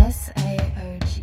SAOG.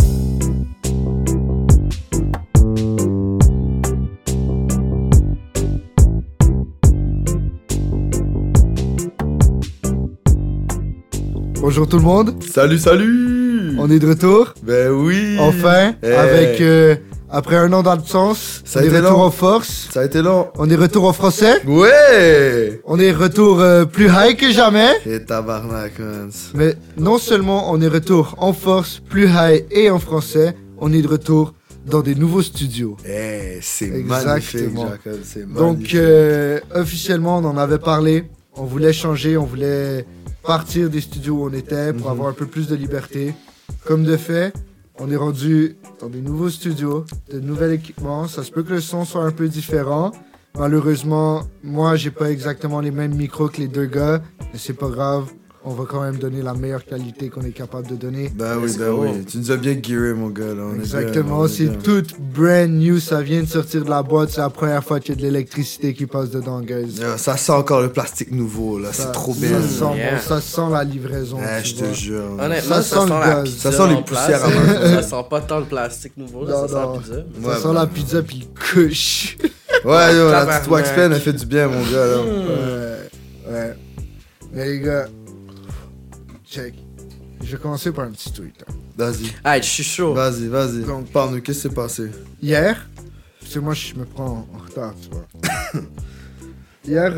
Bonjour tout le monde. Salut. On est de retour. Ben oui. Enfin, Hey. avec après un an d'absence, Ça on a est été retour long. en force. Ça a été long. On est retour en français. Ouais. On est retour plus high que jamais. Et tabarnak, man. Mais non seulement on est retour en force, plus high et en français, on est de retour dans des nouveaux studios. C'est Exactement. magnifique, Jacob. C'est magnifique. Donc officiellement, on en avait parlé. On voulait changer, on voulait partir des studios où on était pour avoir un peu plus de liberté. Comme de fait, on est rendu dans des nouveaux studios, de nouveaux équipements. Ça se peut que le son soit un peu différent. Malheureusement, moi, j'ai pas exactement les mêmes micros que les deux gars, mais c'est pas grave. On va quand même donner la meilleure qualité qu'on est capable de donner. Ben oui, Let's ben go. oui. Tu nous as bien gearé, mon gars. Là. On est Exactement, bien, on est c'est bien. tout brand new, ça vient de sortir de la boîte, c'est la première fois qu'il y a de l'électricité qui passe dedans, guys. Ça sent encore le plastique nouveau, là. Ça- C'est trop ça bien. sent Yeah. bon, ça sent la livraison. Ouais, tu je te vois. jure. Honnêtement, Ça ça, sent sent le la gaz. pizza. Ça sent les en place. poussières à Ça sent pas tant le plastique nouveau, là, Non, ça sent non. la pizza. Ça Ouais, sent ben. la pizza puis le couche. Ouais, yo, la Tabarnak. petite wax pen, elle fait du bien, mon gars, là. Ouais. Mais les gars, check. Je vais commencer par un petit tweet. Hein. Vas-y. Hey, je suis chaud. Vas-y, vas-y. Donc- Parle-nous, qu'est-ce qui s'est passé? Hier, parce que moi je me prends en retard, tu vois. Hier,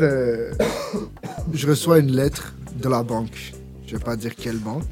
je reçois une lettre de la banque. Je vais pas dire quelle banque.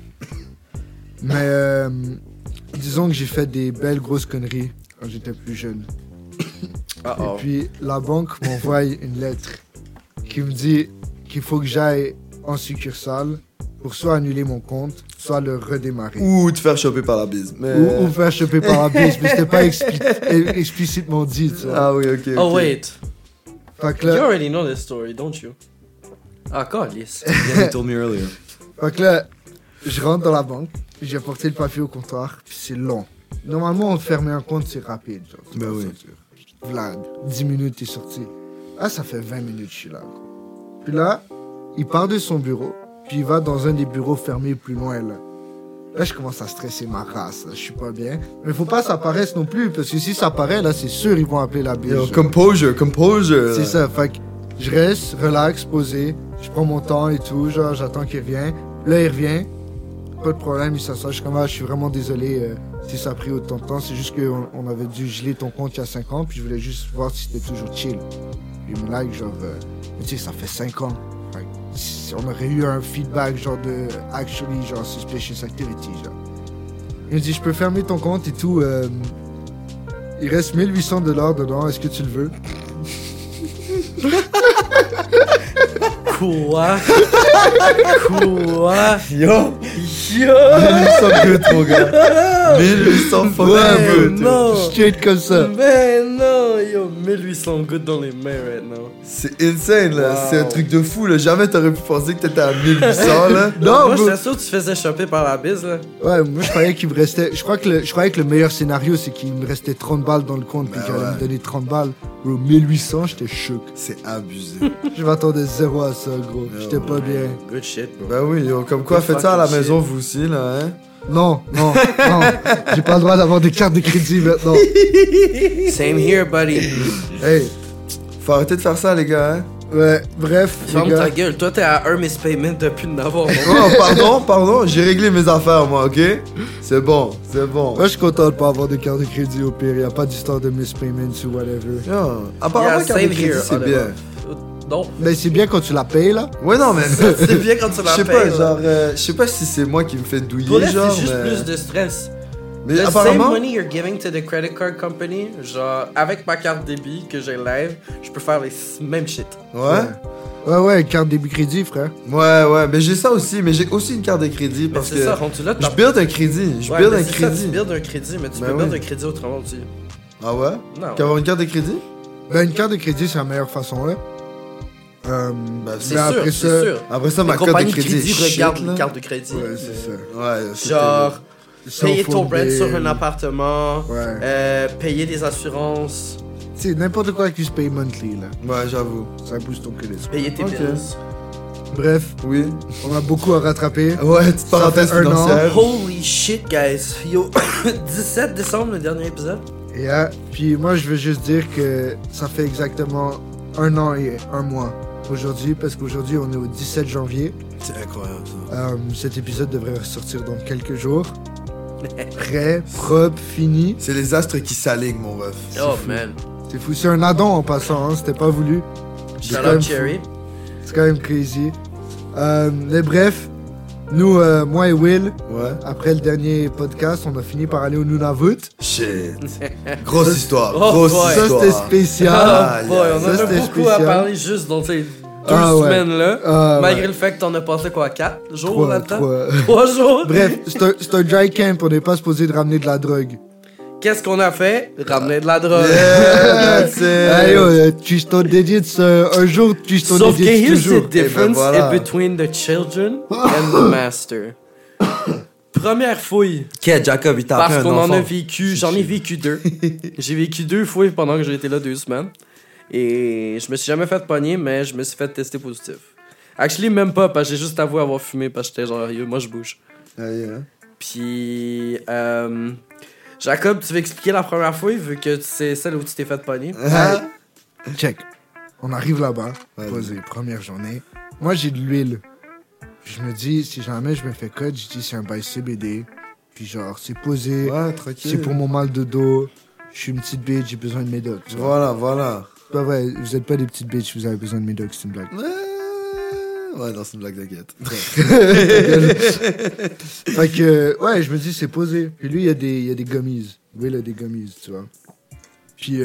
Mais disons que j'ai fait des belles grosses conneries quand j'étais plus jeune. Uh-oh. Et puis la banque m'envoie une lettre qui me dit qu'il faut que j'aille en succursale pour soit annuler mon compte, soit le redémarrer. Ou te faire choper par la bise. Mais... Ou faire choper par la bise, mais c'était pas explicitement dit, tu vois. Ah oui, ok. Oh, ok. wait. Fait que You là, already know this story, don't you? Ah, calice. Yeah, you told me earlier. fait que là, je rentre dans la banque, j'ai apporté le papier au comptoir, puis c'est long. Normalement, on fermer un compte, c'est rapide. Genre, tu Ben vois, oui. c'est sûr. Vlad, 10 minutes, t'es sorti. Ah, ça fait 20 minutes, je suis là. Gros. Puis là, il part de son bureau, puis il va dans un des bureaux fermés plus loin, là. Là, je commence à stresser ma race, là. Je suis pas bien. Mais faut pas que ça paraisse non plus, parce que si ça paraît, là, c'est sûr, ils vont appeler la bise. Yo, genre. composure. C'est ça, fait que je reste, relax, posé, je prends mon temps et tout, genre j'attends qu'il revienne. Là il revient, pas de problème, il s'assoit, je suis comme, ah, je suis vraiment désolé si ça a pris autant de temps, c'est juste qu'on avait dû geler ton compte il y a 5 ans, puis je voulais juste voir si c'était toujours chill. Puis il me like genre, mais tu sais, ça fait 5 ans. Fait que si on aurait eu un feedback genre de actually, genre suspicious activity, genre. Il me dit, je peux fermer ton compte et tout, il reste 1800$ dedans, est-ce que tu le veux? Quoi? Quoi? Yo, Yo! 1800 good, mon gars. 1800 fucking Ouais, good. non. Straight comme ça. Mais non, yo, 1800 gouttes dans les mains right now. C'est insane, là. Wow. C'est un truc de fou, là. Jamais t'aurais pu penser que t'étais à 1800, là. Non, Moi, bro. j'étais sûr que tu faisais choper par la bise, là. Ouais, moi je croyais qu'il me restait. Je croyais que le meilleur scénario c'est qu'il me restait 30 balles dans le compte puis Ben qu'il allait ouais. me donner 30 balles. Bro, 1800, j'étais choc. C'est abusé. Je m'attendais zéro à ça, gros. J'étais pas bien. Good shit, bro. Ben oui, yo, comme quoi, Good faites ça à la fucking maison, shit. vous aussi, là, hein. Non. J'ai pas le droit d'avoir des cartes de crédit maintenant. Same here, buddy. Hey, Faut arrêter de faire ça, les gars, hein. ouais, bref, les Ferme gars. ta gueule. Toi, t'es à un mispayment depuis de n'avoir. Oh, pardon, j'ai réglé mes affaires, moi, ok? C'est bon. Moi je suis content de pas avoir de carte de crédit au pire. Y a pas d'histoire de mispayments ou whatever. Yo, apparemment, Yeah, carte de same crédit, here, c'est honnêtement. bien. Non. Mais c'est bien quand tu la payes là. Ouais, non, mais C'est bien quand tu je la sais payes. pas, là. genre, je sais pas si c'est moi qui me fais douiller, Pour vrai, genre, c'est juste mais... plus de stress. Mais The apparemment... same money you're giving to the credit card company, genre, avec ma carte débit que j'ai live, je peux faire les mêmes shit. Ouais? Ouais, carte débit crédit, frère. Ouais, mais j'ai ça aussi, mais j'ai aussi une carte de crédit Mais parce c'est que ça, rendu là, je build un crédit, Ouais, mais c'est ça, tu builds un crédit, mais tu Ben peux build oui. un crédit autrement aussi. Ah ouais? Non. Qu'avoir une carte de crédit? Ben une carte de crédit c'est la meilleure façon là. C'est mais sûr, après c'est ça, sûr. Après ça, Les ma carte de compagnies de crédit est crédit shit, regardent là. les cartes de crédit. Ouais, c'est ça. Ouais, c'était Genre, payer Cell ton phone rent bill. sur un appartement, Ouais. payer des assurances, Tu sais, n'importe quoi qui se paye monthly, là. Ouais, j'avoue. Ça booste ton crédit. payer tes Ok. bills. Bref, Oui. on a beaucoup à rattraper. Ouais, petite parenthèse fait un an. financière. Holy shit, guys. Yo, 17 décembre, le dernier épisode. Et puis moi, je veux juste dire que ça fait exactement 1 an et 1 mois aujourd'hui, parce qu'aujourd'hui, on est au 17 janvier. C'est incroyable ça. Cet épisode devrait ressortir dans quelques jours. Prêt, propre, fini. C'est les astres qui s'alignent, mon ref. Oh fou. man. C'est fou. C'est un addon en passant, hein. C'était pas voulu. C'est Shout quand même out fou. Cherry. C'est quand même crazy. Mais bref, nous, moi et Will, Ouais. après le dernier podcast, on a fini par aller au Nunavut. Shit. Grosse histoire. Oh, Grosse boy. Ça, histoire. c'était spécial. Ah, Boy, on ça, en a c'était beaucoup à spécial. parler juste dans ces 2 Ah, ouais. semaines-là. Ah, Malgré ouais. le fait que t'en as passé quoi, 4 jours là-dedans? 3. 3 jours? Bref, c'est un dry camp, on n'est pas supposé de ramener de la drogue. Qu'est-ce qu'on a fait? Ramener de la drogue. Yeah, that's it. Hey, yo, twist ton digits, un jour, twist ton Sauf que digits here's toujours. the difference voilà. between the children and the master. Première fouille, Ok, Jacob, il t'a appris parce un qu'on en a enfant. vécu, j'en ai vécu 2. J'ai vécu 2 fouilles pendant que j'ai été là 2 semaines. Et je me suis jamais fait pogner, mais je me suis fait tester positif. Actually, même pas, parce que j'ai juste avoué avoir fumé, parce que j'étais genre, yo, moi je bouge. Ah, yeah. Puis, Jacob, tu veux expliquer la première fouille, vu que c'est celle où tu t'es fait pogner? Ah. Check. On arrive là-bas, Ouais. posé, première journée. Moi, j'ai de l'huile. Puis je me dis, si jamais je me fais code, je dis c'est un bail CBD. Puis genre, c'est posé, Ouais, tranquille. c'est pour mon mal de dos. Je suis une petite bitch, j'ai besoin de médoc. Tu vois. Voilà, voilà. C'est pas vrai, vous êtes pas des petites bitches, vous avez besoin de médoc, c'est une blague. Ouais, non, c'est une blague de guette. Fait que, ouais, je me dis, c'est posé. Puis lui, il y a des gummies. Oui, il a des gummies, tu vois. Puis,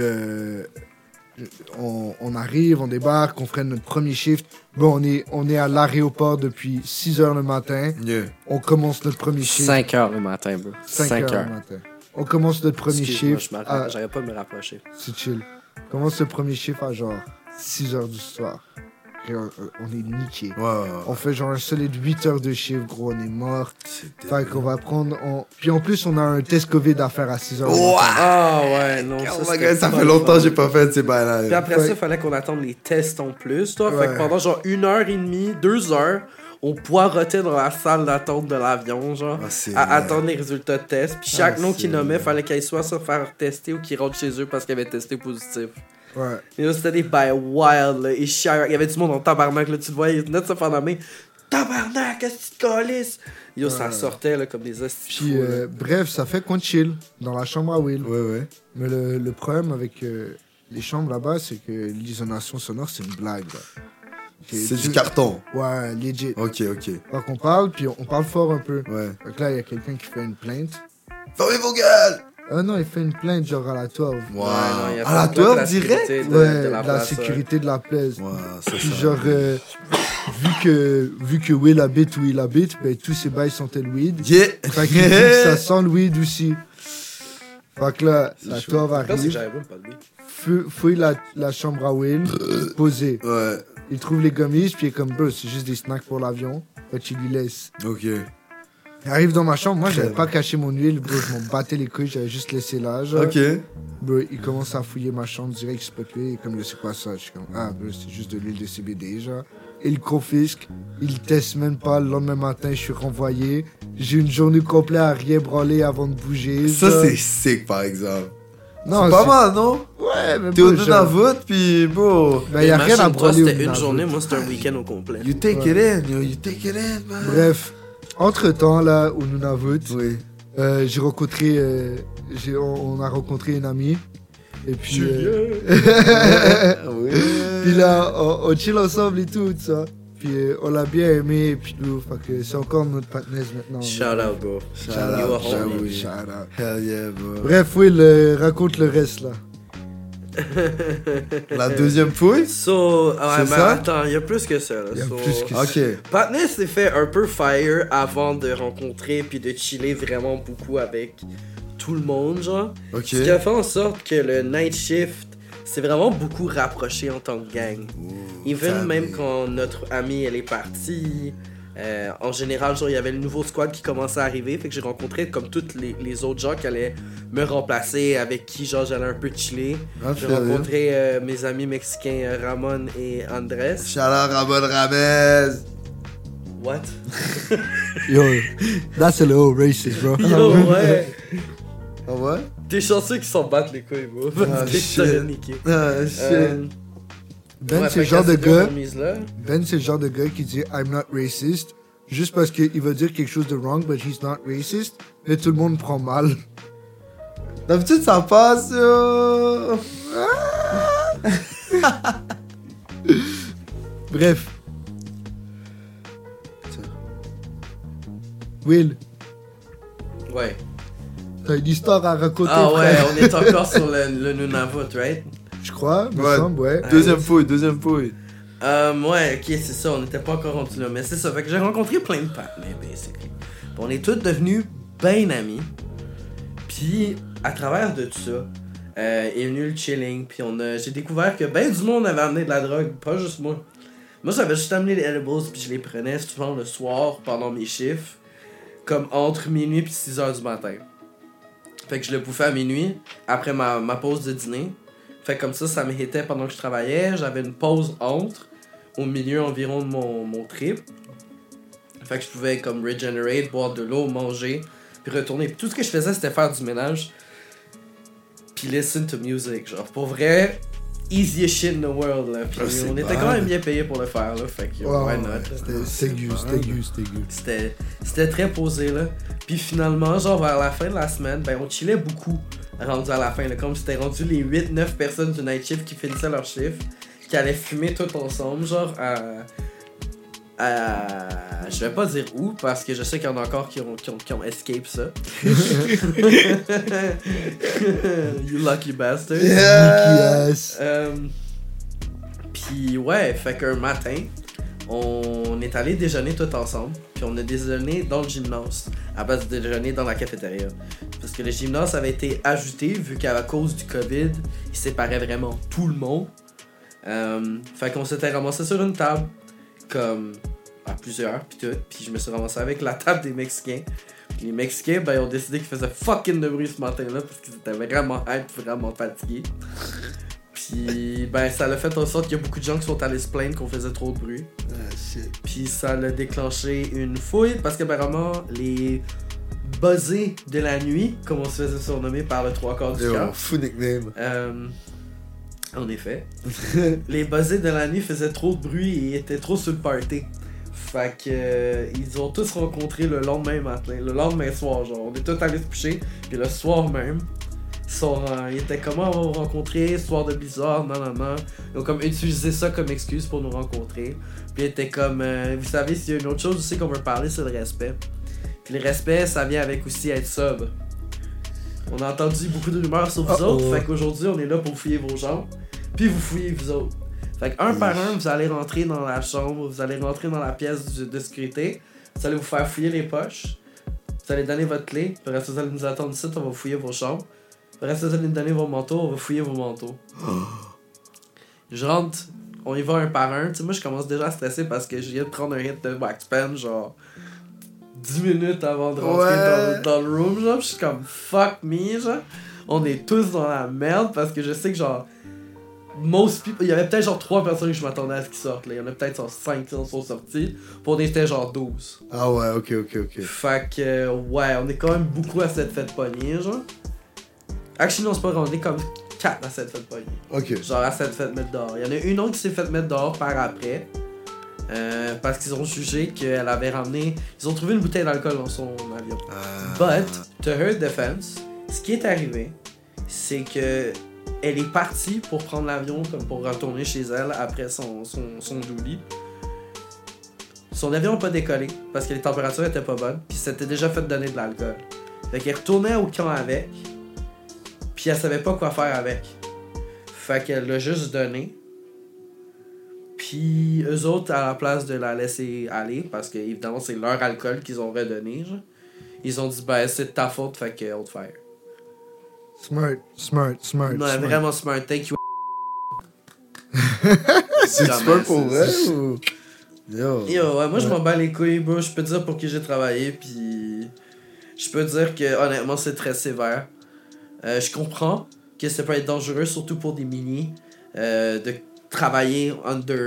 on arrive, on débarque, on ferait notre premier shift. Bon, on est à l'aéroport depuis 6h le matin. Yeah. On commence notre premier shift. 5h le matin, bro. 5 heures le matin. On commence notre premier Excuse-moi, shift. j'arrive pas de me rapprocher. C'est chill. On commence le premier shift à genre 6h du soir. Et on est niqué. Ouais, ouais, On fait genre un solide 8 heures de shift, gros, on est mort. ouais. Fait qu'on va prendre. Puis en plus, on a un test COVID à faire à 6h. Wow. Ah ouais, non, Oh my c'était God, ça pas fait le longtemps que fun. j'ai pas fait ces bails-là. Puis après ça, Ouais. il fallait qu'on attende les tests en plus, toi. Fait Ouais. que pendant genre 1h30, 2 heures, on poireautait dans la salle d'attente de l'avion, genre, Ah, c'est à vrai. attendre les résultats de tests. Puis chaque Ah, nom c'est qu'ils nommaient, vrai. fallait qu'ils soit se faire tester ou qu'ils rentrent chez eux parce qu'ils avaient testé positif. Ouais. Et là, c'était des bails wild, là. Et Chirac, il y avait du monde en tabarnak, là. Tu le voyais, il venait de se faire nommer. Tabarnak, qu'est-ce que tu te calisses? Yo, ça sortait, là, comme des hosties. Puis, bref, ça fait qu'on chill dans la chambre à Will. Ouais, ouais. Mais le problème avec les chambres là-bas, c'est que l'isolation sonore, c'est une blague. Là. C'est du carton. Ouais, legit. Ok, ok. Fait qu'on parle, puis on parle fort un peu. Ouais. Fait que là, il y a quelqu'un qui fait une plainte. Fermez vos gueules! Ah non, il fait une plainte genre à la 12. Wow. Ouais, non, il y a À la pas de 12 direct? sécurité Ouais, de la de la place, sécurité de la place. Ouais, c'est Puis ça. genre, vu que Will habite où il habite, ben tous ses bails sentaient le weed. Yeah! Fait qu'il dit que ça sent le weed aussi. Fait que là, la chaud. tove Le pire, c'est que arrive, j'avais même pas de lui. fouille la chambre à Will, posé. Ouais, Il trouve les gummies, puis il est comme, bro, c'est juste des snacks pour l'avion. Fait qu'il lui laisse. ok. Il arrive dans ma chambre, moi j'avais pas caché mon huile, bro, je m'en battais les couilles, j'avais juste laissé là. Genre. Ok. Bro, il commence à fouiller ma chambre direct, c'est pas tué, il est comme, c'est quoi ça? Je suis comme, ah, bro, c'est juste de l'huile de CBD, genre. Il le confisque, il le teste même pas, le lendemain matin, je suis renvoyé. J'ai une journée complète à rien branler avant de bouger. Ça, genre. c'est sick, par exemple. Non, C'est pas mal, non? Ouais, mais T'es au bro, genre, Nunavut, pis bro. ben, y a rien à Imagine-toi, branler au C'était une Nunavut. journée, moi c'était un week-end au complet. You take it in, yo. You take it in, man. Bref, entre-temps, là, au Nunavut, Oui. j'ai rencontré... on a rencontré une amie. Et puis... Oui. Puis là, on chill ensemble et tout, ça. Puis on l'a bien aimé, et puis tout. Fait que c'est encore notre partenaire maintenant. Shout out, bro. Shout You out, are shout homie. out. Shout out. Hell yeah, bro. Bref, Will, raconte le reste, là. La deuxième fouille? So, ouais, C'est mais ça? attends, il y a plus que ça. Là. Il y a So, plus que ça. Ok. Patnais s'est fait un peu fire avant de rencontrer puis de chiller vraiment beaucoup avec tout le monde, genre. Ok. Ce qui a fait en sorte que le night shift s'est vraiment beaucoup rapproché en tant que gang. Even family. même quand notre amie elle est partie, en général, genre il y avait le nouveau squad qui commençait à arriver, fait que j'ai rencontré comme tous les autres gens qui allaient me remplacer, avec qui genre j'allais un peu chiller. Ah, J'ai sérieux? rencontré mes amis mexicains Ramon et Andrés. Shout out Ramon Ramez. What? Yo, that's a little racist, bro. Yo, ouais. Ah ouais? T'es chanceux qu'ils s'en battent les couilles, bro. Ah, Parce que je shit. t'aurais niqué. Ah, shit. Ben, Ouais, c'est le fait genre que de cette gars. remise-là, Ben, c'est le genre de gars qui dit I'm not racist juste parce qu'il va dire quelque chose de wrong, but he's not racist. Mais tout le monde prend mal. D'habitude, ça passe, yo. Bref. Will, Ouais. t'as une histoire à raconter, Ah ouais, frère. on est encore sur le Nunavut, right? Je crois, me Ouais. semble, ouais. Deuxième fouille. Ouais, ok, c'est ça, on n'était pas encore rendu là. Mais c'est ça, fait que j'ai rencontré plein de partenaires, basically. Puis on est tous devenus ben amis. Puis, à travers de tout ça, est venu le chilling. Puis j'ai découvert que ben du monde avait amené de la drogue, pas juste moi. Moi, j'avais juste amené les edibles, puis je les prenais souvent le soir pendant mes chiffres. Comme entre minuit et 6h du matin. Fait que je le bouffais à minuit, après ma pause de dîner. Fait que comme ça m'hittait pendant que je travaillais. J'avais une pause entre, au milieu environ de mon trip. Fait que je pouvais comme regenerate, boire de l'eau, manger, puis retourner. Puis tout ce que je faisais, c'était faire du ménage. Puis listen to music, genre. Pour vrai, easiest shit in the world, là. Puis c'est on était bad. quand même bien payé pour le faire, là. Fait que, Ouais, why ouais, not? C'était aigu. C'était très posé, là. Puis finalement, genre vers la fin de la semaine, ben on chillait beaucoup rendu à la fin, là. Comme c'était rendu les 8-9 personnes du night shift qui finissaient leur shift, qui allaient fumer tout ensemble, genre je vais pas dire où, parce que je sais qu'il y en a encore qui ont escape ça. You lucky bastard. Sneaky ass. Puis ouais, fait qu'un matin, on est allé déjeuner tout ensemble, puis on a déjeuné dans le gymnase, à base de déjeuner dans la cafétéria. Parce que le gymnase avait été ajouté, vu qu'à cause du COVID, il séparait vraiment tout le monde. Fait qu'on s'était ramassé sur une table, comme à plusieurs, puis tout, puis je me suis ramassé avec la table des Mexicains. Puis les Mexicains, ben, ils ont décidé qu'ils faisaient fucking de bruit ce matin-là, parce qu'ils étaient vraiment hype, vraiment fatigués. Puis, ben, ça a fait en sorte qu'il y a beaucoup de gens qui sont allés se plaindre qu'on faisait trop de bruit. Ah, shit. Puis ça a déclenché une fouille, parce qu'apparemment, les buzzés de la nuit, comme on se faisait surnommer par le 3/4 du Yo, cœur. fou nickname. En effet. Les buzzés de la nuit faisaient trop de bruit et étaient trop sur le party. Fait que ils ont tous rencontré le lendemain matin, le lendemain soir, genre. On est tous allés se coucher, puis le soir même, ils étaient comment on va vous rencontrer, soir de blizzard, non. Ils ont comme utilisé ça comme excuse pour nous rencontrer. Puis ils étaient comme, vous savez, s'il y a une autre chose aussi qu'on veut parler, c'est le respect. Puis le respect, ça vient avec aussi être sobre. On a entendu beaucoup de rumeurs sur vous autres, fait qu'aujourd'hui, on est là pour fouiller vos jambes, puis vous fouillez vous autres. Fait qu'un par un, vous allez rentrer dans la chambre, vous allez rentrer dans la pièce de sécurité, vous allez vous faire fouiller les poches, vous allez donner votre clé, puis après vous allez nous attendre ici, on va fouiller vos chambres. Après vous allez nous donner vos manteaux, on va fouiller vos manteaux. Je rentre, on y va un par un. Tu sais, moi je commence déjà à stresser parce que je viens de prendre un hit de Waxpan, genre 10 minutes avant de rentrer dans le room, genre. Je suis comme fuck me, genre. On est tous dans la merde parce que je sais que genre most people, il y avait peut-être genre 3 personnes que je m'attendais à ce qu'ils sortent là. Il y en a peut-être genre 5 qui sont sortis. Pour des c'était genre 12. Ah ouais, ok. Fait que ouais, on est quand même beaucoup à cette fête pognée, genre. Actually non, c'est pas vrai, on est comme 4 à cette fête pognée. Ok. Genre à cette fête mettre dehors. Il y en a une autre qui s'est fait mettre dehors par après. Parce qu'ils ont jugé qu'elle avait ramené. Ils ont trouvé une bouteille d'alcool dans son avion. But, to her defense, ce qui est arrivé, c'est que elle est partie pour prendre l'avion comme pour retourner chez elle après son douli. Son avion n'a pas décollé parce que les températures étaient pas bonnes, puis s'était déjà fait donner de l'alcool. Fait qu'elle retournait au camp avec, puis elle savait pas quoi faire avec. Fait qu'elle l'a juste donné. Puis eux autres, à la place de la laisser aller, parce que évidemment c'est leur alcool qu'ils ont redonné, genre, ils ont dit ben c'est de ta faute, fait que hold fire. Smart. Non, vraiment smart, thank you. C'est pas pour vrai ou. Yo, ouais, moi je m'en bats les couilles, bro. Je peux te dire pour qui j'ai travaillé, puis je peux te dire que honnêtement c'est très sévère. Je comprends que ça peut être dangereux, surtout pour des mini, de travailler under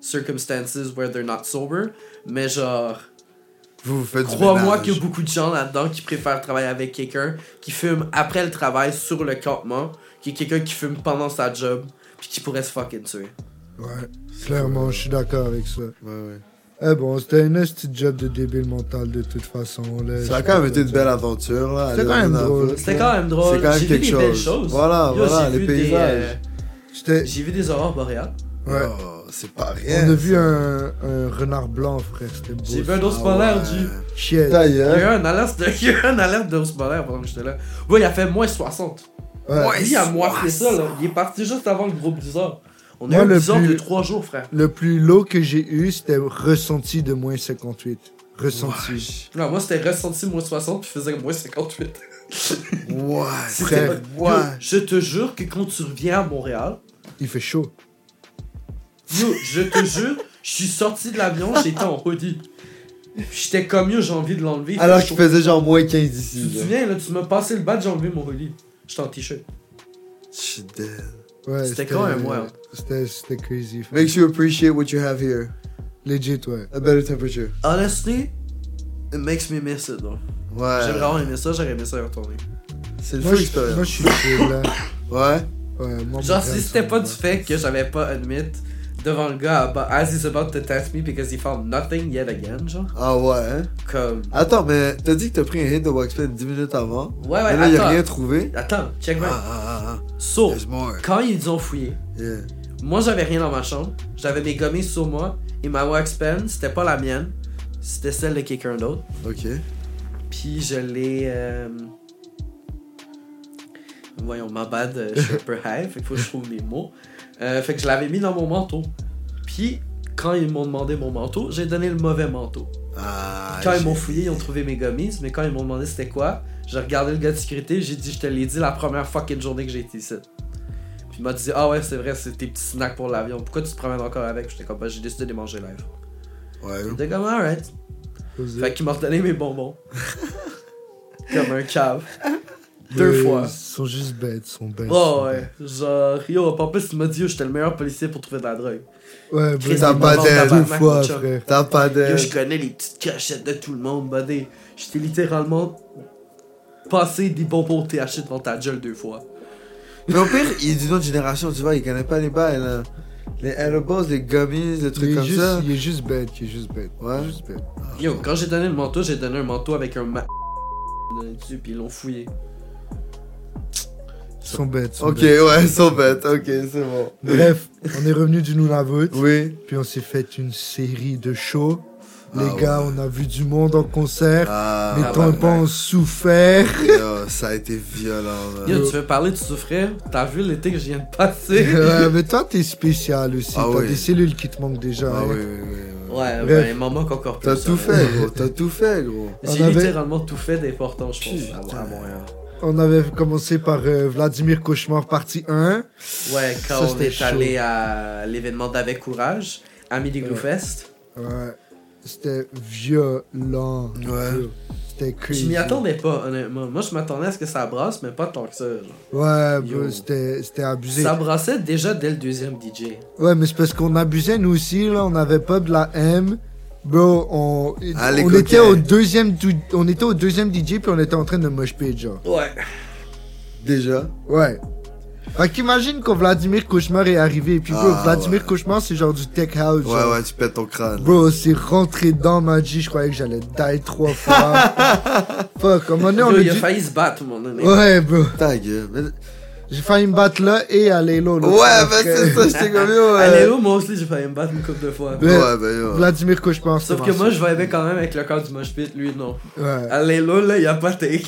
circumstances where they're not sober, mais genre, Vous faites du crois-moi ménage. qu'il y a beaucoup de gens là-dedans qui préfèrent travailler avec quelqu'un qui fume après le travail sur le campement, qui est quelqu'un qui fume pendant sa job, puis qui pourrait se fucking tuer. Ouais, clairement, je suis d'accord avec ça. Ouais. Eh bon, c'était un petit job de débile mental de toute façon. Là, Ça a quand même été une belle aventure, là. C'était quand même drôle. C'était quand même drôle. C'est quand même J'ai vu quelque des belles chose. choses. Voilà, Yo, voilà, j'ai les vu paysages. C'était- J'ai vu des aurores boréales. Ouais. Oh, c'est pas rien. On a vu un renard blanc, frère. C'était beau. J'ai vu un ça. ours polaire, ouais. du. Shit. Ta Il y a gueule. eu un alerte de, il y a eu un alerte d'ours polaire pendant que j'étais là. Ouais, il a fait moins 60. Ouais. Lui, il a moitié ça, là. Il est parti juste avant le gros blizzard. On a eu Moi, un le blizzard plus- de 3 jours, frère. Le plus low que j'ai eu, c'était ressenti de moins 58. Ressenti. Non, moi, c'était ressenti moins 60 puis faisait moins 58. Ouais. Frère, Yo, je te jure que quand tu reviens à Montréal, Il fait chaud. yo, je te jure, je suis sorti de l'avion, j'étais en hoodie. J'étais comme yo, j'ai envie de l'enlever. Alors Fait qu'il chaud. faisait genre moins 15 Tu ici. te là. souviens, là, tu m'as passé le badge, j'ai enlevé mon hoodie. J'étais en t-shirt. Je suis dead. Ouais, C'était quand même wild. C'était crazy. frère. Makes you appreciate what you have here. Legit, ouais. A better temperature. Honestly, it makes me miss it, though. Ouais. J'ai vraiment aimé ça, j'aurais aimé ça y retourner. C'est le Moi, feu je expérience. suis chill, là. Ouais. Ouais, moi, Genre, Montréal, si c'était ça pas me du va. fait que j'avais pas admit devant le gars, as he's about to test me because he found nothing yet again, genre. Ah ouais, hein? Comme. Attends, mais t'as dit que t'as pris un hit de Waxped 10 minutes avant. Ouais, ouais, Mais là, y'a attends. rien trouvé. Attends, check Ah, back. ah. So, There's more. quand ils ont fouillé, Yeah. moi j'avais rien dans ma chambre, j'avais mes gommis sur moi, et ma wax pen, c'était pas la mienne, c'était celle de quelqu'un d'autre. Ok. Puis je l'ai. Voyons, ma bad, je suis un peu high, fait qu'il faut que je trouve les mots. Fait que je l'avais mis dans mon manteau. Puis, quand ils m'ont demandé mon manteau, j'ai donné le mauvais manteau. Ah. Quand ils m'ont fouillé, ils ont trouvé mes gommis, mais quand ils m'ont demandé c'était quoi, j'ai regardé le gars de sécurité, j'ai dit, je te l'ai dit la première fucking journée que j'ai été ici. Puis il m'a dit, ah ouais, c'est vrai, c'est tes petits snacks pour l'avion, pourquoi tu te promènes encore avec? J'étais comme, bah, j'ai décidé de les manger live. Ouais. J'étais comme, alright. Fait qu'il m'a redonné mes bonbons. Comme un cave. Deux fois. Ils sont juste bêtes, ils sont bêtes. Oh ouais. Genre, yo, en plus, il m'a dit, yo, j'étais le meilleur policier pour trouver de la drogue. Ouais, Chris, T'as il pas m'a vendu d'aide. tabarnak, deux fois, mon chum. frère. T'as pas Yo, d'aide. je connais les petites cachettes de tout le monde, buddy. J'étais littéralement passé des bonbons THC devant ta gueule 2 fois. Mais au pire, il est d'une autre génération, tu vois, il connaît pas les bails, là. Les edibles, les gummies, les trucs comme ça. Il est juste bête, il est juste bête. Ouais. Il est juste bête. Yo, quand j'ai donné le manteau, j'ai donné un manteau avec un dessus, puis ils l'ont fouillé. Ils sont bêtes. ils sont Ok, bêtes. ouais, ils sont bêtes. Ok, c'est bon. Bref, on est revenu du Nunavut. Oui. Puis on s'est fait une série de shows. Ah Les gars, ouais. on a vu du monde en concert. Ah, Les ouais. tampons ont souffert. yo, ça a été violent, là. Yo, tu veux parler de souffrir? T'as vu l'été que je viens de passer? Mais toi, t'es spécial aussi. Ah T'as oui. des cellules qui te manquent déjà. Ah hein. oui, oui, oui. Ouais, Bref. ben, il m'en manque encore plus. T'as ça. tout fait, gros. T'as tout fait, gros. J'ai On avait- littéralement tout fait d'important, je pense, Putain. à Montréal. On avait commencé par Vladimir Cauchemar partie 1. Ouais, quand Ça, on c'était est chaud. allé à l'événement d'Avec Courage, à Midi Glue Ouais. Fest. Ouais. C'était violent. Ouais. C'était crazy. Je m'y attendais pas, honnêtement. Moi, je m'attendais à ce que ça brasse, mais pas tant que ça. Genre. Ouais, bro, Yo. c'était abusé. Ça brassait déjà dès le deuxième DJ. Ouais, mais c'est parce qu'on abusait nous aussi, là. On avait pas de la M. Bro, Ah, les on coquins. était au deuxième on était au deuxième DJ puis on était en train de mosh pit, genre. Ouais. Déjà. Ouais. Fait qu'imagine quand Vladimir Cauchemar est arrivé. Puis bro, Ah, Vladimir ouais. Cauchemar, c'est genre du tech house. Ouais, genre. ouais, tu pètes ton crâne. Bro, c'est rentré dans ma G, je croyais que j'allais die 3 fois. Fuck, à un moment donné, on Yo, a il a dit... failli se battre, mon donné. Ouais, bro. Ta gueule. Mais- J'ai failli me battre là et à Lelo. là. Ouais, ben c'est ça, j'étais comme yo. Allez, où, moi aussi, j'ai failli me battre une couple de fois. Ouais. Ouais, ben yo. Vladimir Cauchemar, Sauf c'était que moi, vraiment je vibais quand même avec le corps du mosh pit, lui, non. ça. Ouais. Allez, là, y a pas take.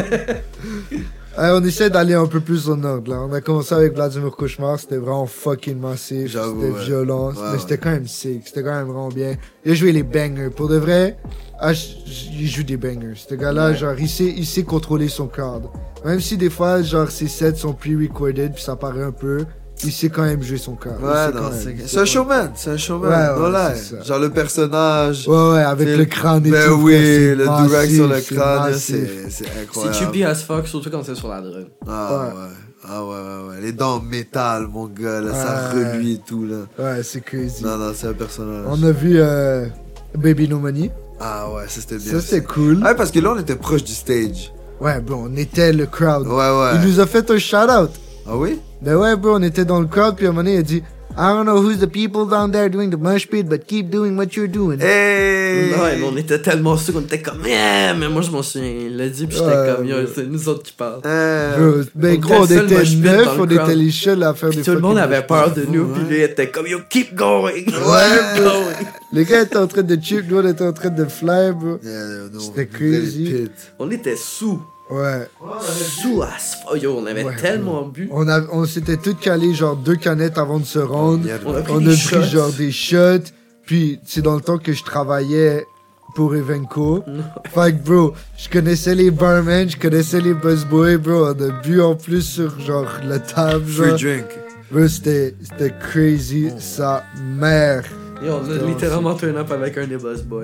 On essaie d'aller un peu plus au nord, là. On a commencé avec Vladimir Cauchemar, c'était vraiment fucking massif, J'avoue, c'était ouais. violent, Ouais, mais ouais. c'était quand même sick, c'était quand même vraiment bien. Il a joué les bangers, pour de vrai, il joue des bangers. Ce gars-là, Ouais. genre, il sait contrôler son cadre. Même si des fois, genre, ses sets sont pre-recorded, puis ça paraît un peu, il sait quand même jouer son cadre. Il Ouais, sait non, quand même, il c'est sait un quand showman, c'est un showman. Ouais, ouais, Voilà. c'est ça. Genre le personnage. même. Ouais, ouais, avec C'est- le crâne et Ben tout. oui, frère, c'est le massif, durag sur le c'est crâne, massif. c'est C'est incroyable. cheapy as fuck, surtout quand c'est sur la drogue. Ah Ouais. ouais. Ah ouais. Les dents en métal, mon gars, là, ça Ouais. reluit et tout, là. Ouais, c'est crazy. Non, c'est un personnage. On a vu Baby No Money. Ah ouais, ça c'était bien. Ça, c'était cool. Ouais, parce que là, on était proche du stage. Ouais, bro, on était le crowd. Ouais. Il nous a fait un shout-out. Ah oui? Ben ouais, bro, on était dans le crowd, puis à un moment donné, il a dit I don't know who's the people down there doing the mosh pit, but keep doing what you're doing. Hey! Ouais, mais on était tellement sûrs qu'on était comme, mais moi je m'en souviens, il l'a dit, puis j'étais Ouais, comme, yo, ouais. c'est nous autres qui parlent. Bro, ben on gros, on était le seul était mosh pit 9, dans le on crowd. était les seuls à faire Puis des tout le monde fucking avait mosh peur pits. de nous, ouais. puis lui il était comme, yo, keep going! Ouais, Keep bro. going! Les gars étaient en train de chip, nous on était en train de fly, bro. Yeah, no, C'était really crazy. pit. On était sous. Ouais. Sous as fuck. Yo, on avait Ouais, tellement bu. On s'était tous calés genre 2 canettes avant de se rendre. Yeah, On a pris On des a shots. pris genre des shots. Puis c'est dans le temps que je travaillais pour Evenco. Fait que bro, je connaissais les barmen, je connaissais les busboys, bro. On a bu en plus sur genre la table, Free genre. drink. Bro, c'était crazy, sa mère. Yo, on a littéralement turn up avec un des boss boys.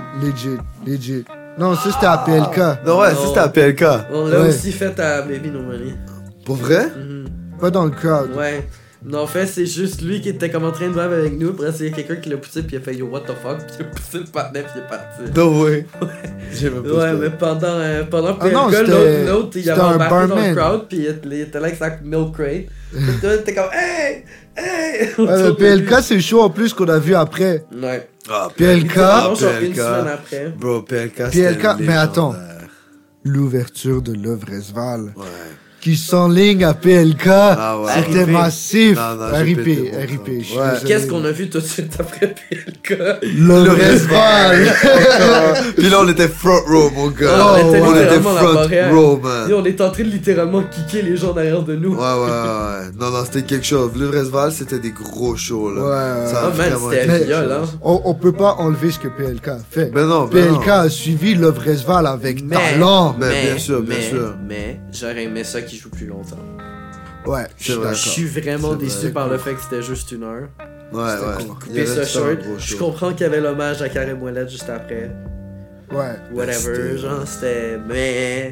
Legit. Non, ça c'était à PLK. Non, ouais, Non. ça c'était à PLK. On l'a Ouais. aussi fait à Baby No Money. Pour vrai? Mhm. Pas dans le crowd. Ouais. Non, en fait, c'est juste lui qui était comme en train de drive avec nous. Après, c'est quelqu'un qui l'a poussé, puis il a fait yo, what the fuck, puis il a poussé le partenaire, puis il est parti. No way. J'ai même pas Ouais, ça. mais pendant Ah non, PLK, c'était- l'autre, il c'était avait un embarqué dans barman. le crowd, puis il était là avec sa milk crate. Puis toi, t'es comme, hey! Ouais, mais PLK c'est chaud en plus qu'on a vu après. Ouais. Ah, PLK. Genre une PLK. semaine après. Bro, PLK, PLK, c'était mais attends. légendaire. L'ouverture de l'Ovresval. Ouais. Qui s'enligne à PLK. Ah ouais. C'était RIP. massif. Non, j'ai pété RIP, mon RIP. crâne. je suis Ouais. désolé. Qu'est-ce qu'on a vu tout de suite après PLK? L'Ovresval. Puis là, on était front row, mon gars. Ah, on était on était littéralement dans la front barrière. row, man. Yo, on est en train de littéralement kicker les gens derrière de nous. Ouais. Non, c'était quelque chose. Le Vresval, c'était des gros shows, là. Ouais. Ça a Ah, man, vraiment c'était été quelque viol, chose. hein. On peut pas enlever ce que PLK a fait. Ben non, PLK a suivi l'Ovresval avec talent. Ben, bien sûr, bien sûr. Mais j'aurais aimé ça qu'il joue plus longtemps. Ouais, je suis C'est vrai. d'accord. Je suis vraiment C'est déçu vrai. par le fait que c'était juste 1 heure. Ouais. Il y Couper avait ça tout un short. gros Je show. comprends qu'il y avait l'hommage à Carré Moellette juste après. Ouais. Whatever, C'était- genre c'était. Mais.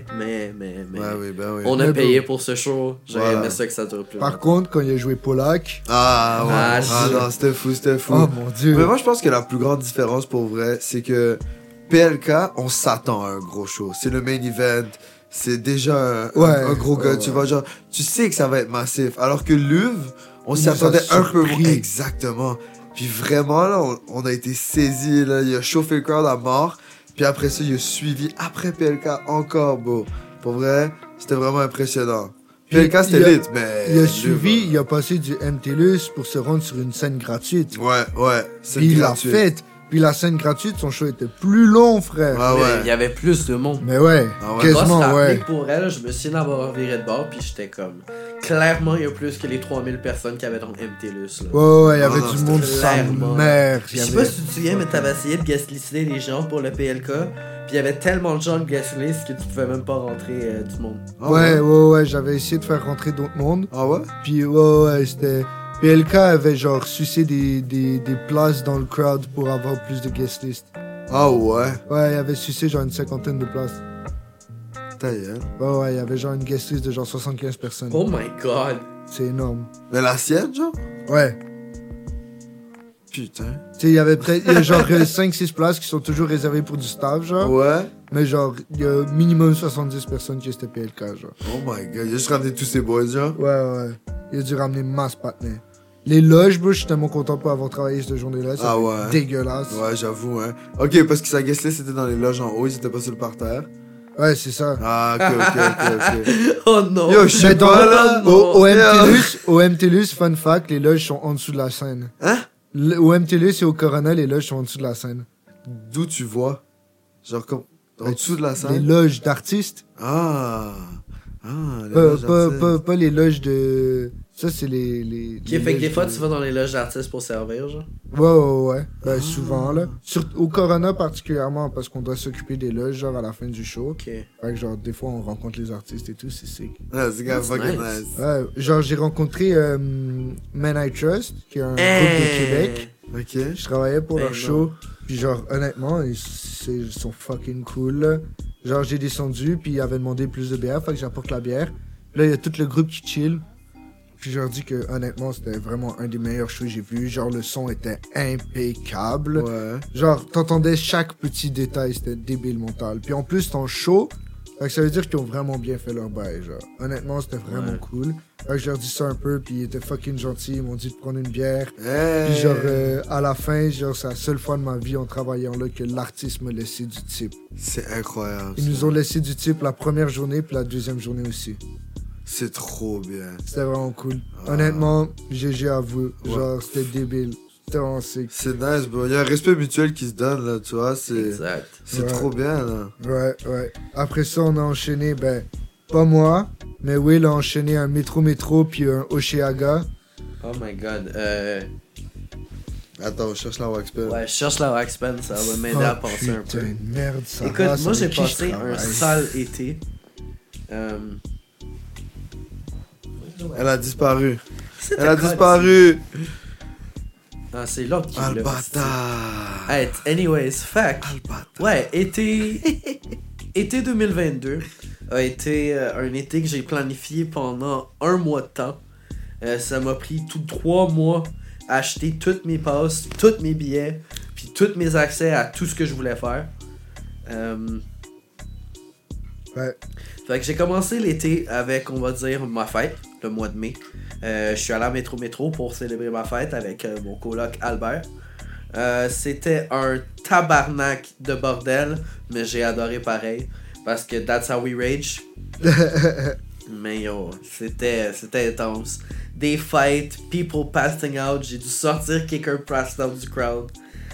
Ouais, ben oui. On a Mais payé bon. pour ce show. J'aurais Voilà. aimé ça que ça dure plus. Par longtemps. contre, quand il a joué Polak, Ah, ouais. Ah, Ah, non, c'était fou. oh mon dieu. Mais moi, je pense que la plus grande différence pour vrai, c'est que PLK, on s'attend à un gros show. C'est le main event. C'est déjà un gros gars, ouais. tu vois. Genre, tu sais que ça va être massif. Alors que Luv, on Il s'y nous a attendait un peu moins. surpris. Exactement. Puis vraiment, là, on a été saisis. Là. Il a chauffé le crowd à mort. Puis après ça, il a suivi après PLK encore, beau. Pour vrai, c'était vraiment impressionnant. Puis PLK, c'était il a- lit, mais. Il a Luv, suivi, il a passé du MTLUS pour se rendre sur une scène gratuite. Ouais. C'est Puis il l'a gratuit. faite. Puis la scène gratuite, son show était plus long, frère. Ah Mais ouais. il y avait plus de monde. Mais ouais, Ah ouais. quasiment, Moi, ouais. pour elle, je me souviens d'avoir viré de bord, puis j'étais comme. Clairement, il y a plus que les 3000 personnes qu'il y avait dans MTLUS. Là. Ouais, il y Non, avait non, du c'était monde sa clairement- mère. Je Il y sais avait- pas si tu te souviens, mais t'avais essayé de guest lister les gens pour le PLK, puis il y avait tellement de gens de guest list que tu pouvais même pas rentrer du monde. Ah Ouais, j'avais essayé de faire rentrer d'autres mondes. Ah ouais? Puis ouais, c'était... PLK avait genre sucé des places dans le crowd pour avoir plus de guest list. Ah ouais? Ouais, il avait sucé genre une 50aine de places. Ta gueule. Ouais, il y avait genre une guest list de genre 75 personnes. Oh my god! C'est énorme. Mais la sienne, genre? Ouais. Putain. Tu sais, il y avait peut-être il y a genre 5-6 places qui sont toujours réservées pour du staff, genre. Ouais. Mais genre, il y a minimum 70 personnes qui étaient PLK, genre. Oh my god, il a juste ramené tous ses boys, genre. Ouais. Il a dû ramener masse partenaires. Les loges, bro, je suis tellement content pour avoir travaillé cette journée-là. Ah C'était ouais. dégueulasse. Ouais, j'avoue, hein. Ok, parce que sa guest list était dans les loges en haut, ils étaient pas sur le parterre. Ouais, c'est ça. Ah, ok. Oh non! Yo, je sais Mais dans pas, là. au Yeah. MTLUS, fun fact, les loges sont en dessous de la scène. Hein? Au MTLUS et au Corona, les loges sont en dessous de la scène. D'où tu vois? Genre, comme, en dessous de la Les scène? loges d'artistes. Ah, les loges d'artistes. Pas les loges de... Ça, c'est les Ok, fait que des loges fois, de- tu vas dans les loges d'artistes pour servir, genre. Ouais. Ben, souvent, là. Au Corona, particulièrement, parce qu'on doit s'occuper des loges, genre, à la fin du show. Ok. Fait que, genre, des fois, on rencontre les artistes et tout, c'est sick. Ah, c'est quand même fucking nice. nice. Ouais, genre, j'ai rencontré Men I Trust, qui est un groupe de Québec. Ok. Je travaillais pour Eh leur non. show. Puis genre, honnêtement, ils sont fucking cool, là. Genre, j'ai descendu, puis ils avaient demandé plus de bière, fait que j'apporte la bière. Puis Là, il y a tout le groupe qui chill. Puis je leur dis que honnêtement, c'était vraiment un des meilleurs shows que j'ai vu. Genre, le son était impeccable. Ouais. Genre, t'entendais chaque petit détail, c'était débile mental. Puis en plus, ton show, fait que ça veut dire qu'ils ont vraiment bien fait leur bail, genre. Honnêtement, c'était vraiment cool. Fait que je leur dis ça un peu, puis ils étaient fucking gentils, ils m'ont dit de prendre une bière. Hey. Puis genre, à la fin, genre, c'est la seule fois de ma vie en travaillant là que l'artiste m'a laissé du type. C'est incroyable. Ils nous ont laissé du type la première journée, puis la deuxième journée aussi. C'est trop bien. C'était vraiment cool. Ah. Honnêtement, GG à vous. Ouais. Genre, c'était débile. C'était vraiment sick. C'est nice, bro. Il y a un respect mutuel qui se donne, là, tu vois. C'est Exact. c'est Ouais. trop bien, là. Ouais. Après ça, on a enchaîné, ben, pas moi, mais Will a enchaîné un métro puis un Oshéaga. Oh my god. Attends, on cherche la wax pen. Ouais, je cherche la wax pen, ça va m'aider à penser un peu. Putain, merde, ça. Écoute, moi j'ai passé un sale été. Elle a disparu. C'était Elle a quoi, disparu. Ah, c'est l'autre qui l'a. Albata. Hey, anyways, fact. Albata. Ouais, été 2022 a été un été que j'ai planifié pendant un mois de temps. Ça m'a pris tout 3 mois à acheter toutes mes passes, tous mes billets, puis tous mes accès à tout ce que je voulais faire. Ouais. Fait que j'ai commencé l'été avec, on va dire, ma fête, le mois de mai. Je suis allé à Métro pour célébrer ma fête avec mon coloc Albert. C'était un tabarnak de bordel, mais j'ai adoré pareil, parce que that's how we rage. Mais yo, c'était intense. Des fights, people passing out, j'ai dû sortir quelqu'un passed out du crowd.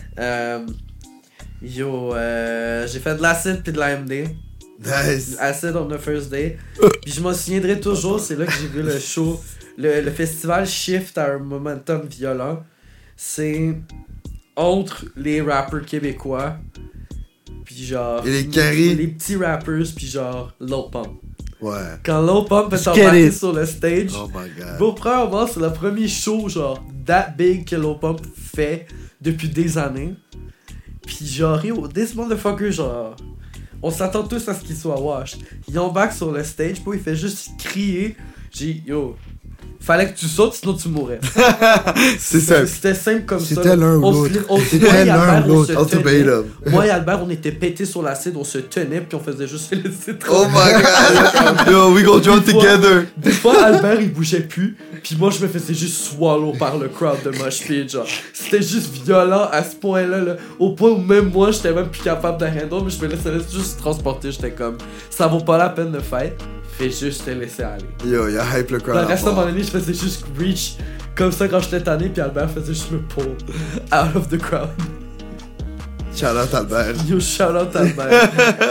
J'ai fait de l'acide puis de l'AMD. Nice. Acid on the first day. Puis je m'en souviendrai toujours, c'est là que j'ai vu le show. Le festival shift à un momentum violent. C'est entre les rappers québécois, puis genre. Et les carrés. Les petits rappers, puis genre Lil Pump. Ouais. Quand Lil Pump est Get embarqué it. sur le stage. Oh my god. Pour premièrement, c'est le premier show genre that big que Lil Pump fait depuis des années. Puis genre, yo, this motherfucker, genre, on s'attend tous à ce qu'il soit washed. Il embarque sur le stage, puis il fait juste crier. Yo, fallait que tu sautes, sinon tu mourrais. C'est ça. C'était simple comme ça. C'était l'un ou l'autre. Moi C'était et l'un Albert, ou on l'autre. se tenait. Ultimatum. Moi et Albert, on était pétés sur l'acide, on se tenait, puis on faisait juste se laisser Oh my god. Yo, we gon' jump Des fois- together. Des fois, Albert, il bougeait plus, puis moi, je me faisais juste swallow par le crowd de mosh pit, genre. C'était juste violent à ce point-là, là, au point où même moi, j'étais même plus capable de handle, mais je me laissais juste transporter, j'étais comme, ça vaut pas la peine de fight, fais juste te laisser aller. Yo, y'a hype le crowd. Le reste de à mon fond. année, je faisais juste reach comme ça quand j'étais tanné, puis Albert faisait juste me pull out of the crowd. Shout out Albert. Yo, shout out Albert.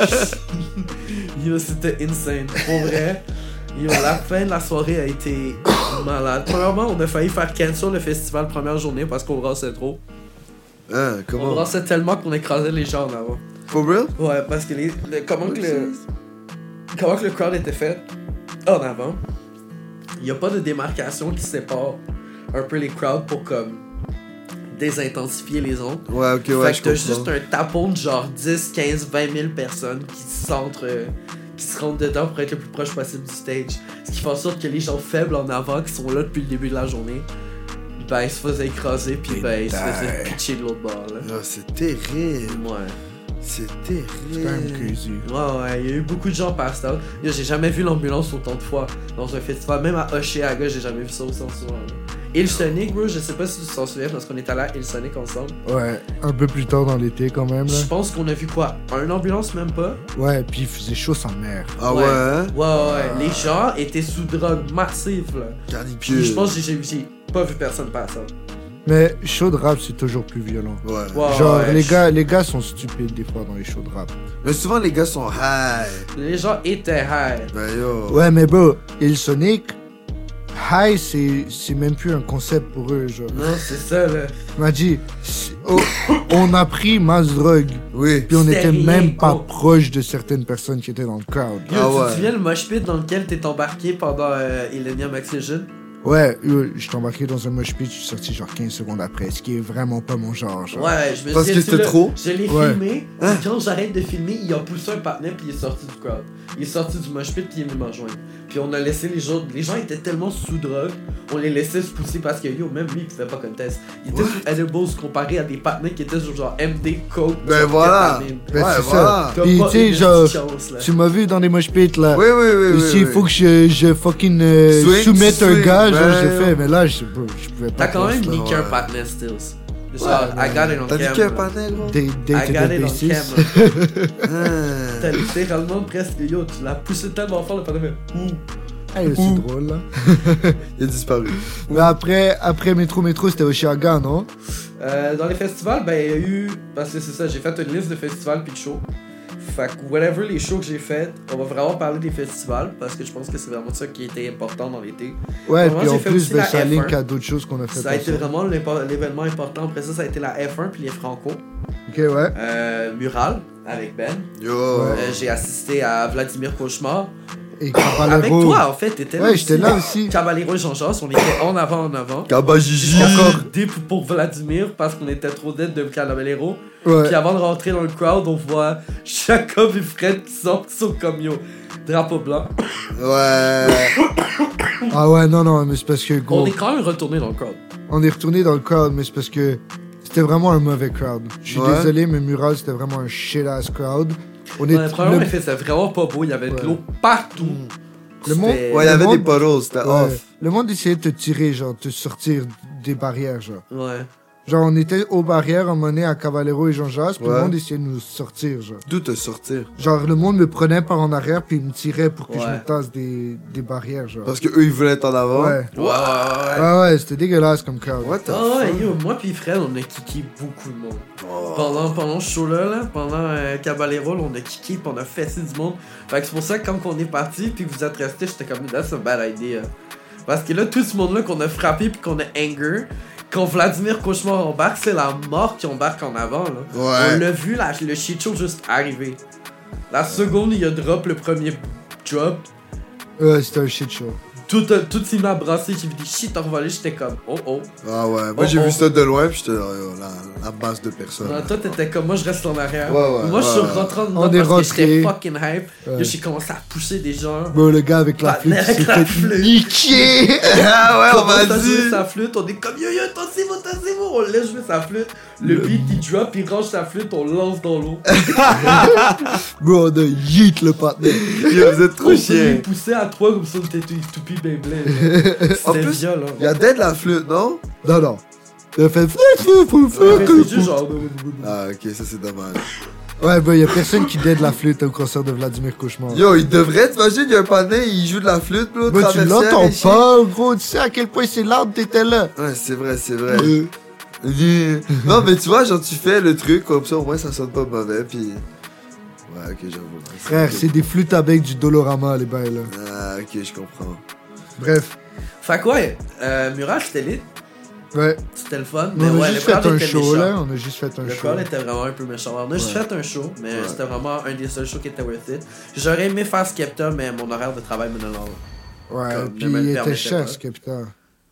Yo, c'était insane. Pour vrai, yo, la fin de la soirée a été malade. Premièrement, on a failli faire cancel le festival première journée parce qu'on brassait trop. Hein, On comment? brassait tellement qu'on écrasait les gens en avant. For real? Ouais, parce que comment que le crowd était fait en avant, il n'y a pas de démarcation qui sépare un peu les crowds pour comme désintensifier les autres. Ouais, ok, ouais, Fait je que t'as comprends. juste un tapon de genre 10, 15, 20 000 personnes qui se rentrent dedans pour être le plus proche possible du stage. Ce qui fait en sorte que les gens faibles en avant, qui sont là depuis le début de la journée, ben ils se faisaient écraser puis ben ils se faisaient pitcher de l'autre bord là. Yo, c'est terrible. Ouais. C'est C'est quand même terrible. crazy. Ouais, il y a eu beaucoup de gens passed out. Yo, j'ai jamais vu l'ambulance autant de fois dans un festival. Même à Oshéaga, j'ai jamais vu ça aussi souvent. Il Sonic, bro, je sais pas si tu t'en souviens parce qu'on est allé à Il Sonic ensemble. Ouais, un peu plus tard dans l'été quand même, là. Je pense qu'on a vu quoi? Un ambulance, même pas? Ouais, puis il faisait chaud sa mère. Ah Ouais. ouais, hein? Ouais. Les gens étaient sous drogue massive, là. Puis Canicule. je pense que j'ai pas vu personne passer. Mais show de rap, c'est toujours plus violent. Ouais. Ouais, Genre, ouais, les gars sont stupides des fois dans les shows de rap. Mais souvent, les gars sont high. Les gens étaient high. Ben yo. Ouais, mais bro, Il Sonic, high, c'est même plus un concept pour eux, genre. Non, c'est ça, là. Il m'a dit, on a pris masse drogue, Oui. puis on C'était était rien, même pas gros. proche de certaines personnes qui étaient dans le crowd. Yo, Ah tu ouais. te souviens le mosh pit dans lequel t'es embarqué pendant Illenium Oxygen? Ouais, je t'ai embarqué dans un mosh pit, je suis sorti genre 15 secondes après, ce qui est vraiment pas mon genre. Genre. Ouais, je me Parce souviens, que c'était là, trop? Je l'ai Ouais. filmé, Hein? puis quand j'arrête de filmer, il a poussé un partenaire puis il est sorti du crowd. Il est sorti du mosh pit puis il est venu me rejoindre. Puis on a laissé les gens étaient tellement sous drogue, on les laissait se pousser parce que yo, même lui il pouvait pas contest. Il était sous edibles comparé à des partenaires qui étaient sur genre MD, Coke. Ben voilà. kétamine. Ben, Ouais, c'est voilà. ça. Puis tu sais, une genre, chance, là. tu m'as vu dans des mosh pits là. Oui, oui, oui. S'il oui, faut oui. que je fucking Swing, soumette un swing, gars, genre ben, je fais, mais là je pouvais pas. T'as quand même faire ça. niqué un ouais. partenaire stills. Genre, Ouais, I got it on T'as dit camera. qu'il y a un panel, gros? Day I to got day it on basis. camera. T'as Ah. littéralement presque, yo, tu l'as poussé tellement fort le partenaire. Hey, c'est drôle là. Il a disparu. Mais après Métro, c'était Oshiaga, non? Dans les festivals, ben il y a eu. Parce que c'est ça, j'ai fait une liste de festivals pis de shows. Fait que whatever les shows que j'ai fait, on va vraiment parler des festivals parce que je pense que c'est vraiment ça qui était important dans l'été. Ouais, Vraiment, puis en j'ai fait plus, aussi la ça F1. link à d'autres choses qu'on a fait. Ça a été vraiment l'événement important. Après ça a été la F1 puis les Franco. Ok, ouais. Mural avec Ben. Yo. Ouais. J'ai assisté à Vladimir Cauchemar. Et Avec Caballero. toi en fait, t'étais là. Ouais, j'étais là aussi. Caballero et Jean-Jacques, on était en avant. Kabajiji. Jusqu'à encore dip pour Vladimir parce qu'on était trop dead de Caballero. Ouais. Puis avant de rentrer dans le crowd, on voit Jacob et Fred qui sortent sur comme yo. Drapeau blanc. Ouais. Ah ouais, non, mais c'est parce que, On gros, est quand même retourné dans le crowd. on est retourné dans le crowd, mais c'est parce que c'était vraiment un mauvais crowd. Je suis Ouais. désolé, mais Mural, c'était vraiment un shit-ass crowd. On Ouais, est... premièrement, le- il fait, c'était vraiment pas beau. Il y avait de Ouais. l'eau partout. Le monde- C'était- Ouais, il y Le avait monde- des puddles, c'était ouais. off. Le monde essayait de te tirer, genre, te sortir des barrières, genre. Ouais. Genre, on était aux barrières, on menait à Caballero et Jean-Jacques, puis Ouais. le monde essayait de nous sortir, genre. D'où te sortir? Genre, le monde me prenait par en arrière, puis il me tirait pour que je Ouais. me tasse des barrières, genre. Parce que eux ils voulaient être en avant. Ouais. Ouais. Ouais, c'était dégueulasse comme crowd. What the Ah ouais, fuck? yo, moi puis Fred, on a kické beaucoup de monde. Oh. Pendant ce show-là, pendant Caballero, là, on a kické pis on a fessé du monde. Fait que c'est pour ça que quand on est parti puis que vous êtes restés, j'étais comme, that's a bad idea. Parce que là, tout ce monde-là qu'on a frappé puis qu'on a anger, quand Vladimir Cauchemar embarque, c'est la mort qui embarque en avant, là. Ouais. On l'a vu, le shit show juste arriver. La seconde, il a drop le premier drop. Ouais, c'était un shit show. Tout il m'a brassé, j'ai vu des shit envolés, j'étais comme, oh. Ah ouais. Moi j'ai Oh, vu oh. ça de loin puis j'étais là, yo, la masse de personnes. Non, toi t'étais comme moi, je reste en arrière. Ouais, ouais, moi je suis ouais. rentré dedans On est parce que j'étais rentré. fucking hype. Ouais. Yo, j'ai commencé à pousser des gens. Bon, le gars avec la Bah, flûte, avec il la s'est fait flûte. niquer. Ah ouais, on Commence m'a à jouer dit. sa flûte, on est comme yo, tassez-vous, on laisse jouer sa flûte. Le beat il drop, il range sa flûte, on lance dans l'eau. Bro, on a yeet le partenaire. Yo, vous êtes On trop peut chiens. lui pousser à 3 comme ça, on était toupie Beyblade. En C'était plus, violent. Il y a dead la flûte, non? Non. Il a fait Ouais, c'est juste genre. Ah ok, ça c'est dommage. Ouais, bah, y a personne qui dead la flûte au concert de Vladimir Cauchemar. Yo, il devrait, t'imagines, il y a un panneau, il joue de la flûte, bro, Bah, tu traversière, l'entends et shit. pas, gros. Tu sais à quel point c'est loud, t'étais là. Ouais, c'est vrai, c'est vrai. Non, mais tu vois, genre, tu fais le truc comme ça, au moins ça sonne pas mauvais, pis. Ouais, ok, j'avoue. Frère, c'est des flûtes avec du Dolorama, les bails, là. Ah, ok, je comprends. Bref. Fait que ouais, Mural c'était lit, Ouais. c'était le fun. Mais Mais on a ouais, le juste fait crowd un était show, méchant. là. On a juste fait un Le show. crowd était vraiment un peu méchant. On a juste Ouais. fait un show, mais Ouais. c'était vraiment un des seuls shows qui était worth it. J'aurais aimé faire Skepta, mais mon horaire de travail me donne l'ordre. Ouais, Comme, puis ne me le il était permettait cher, pas. ce capitaine.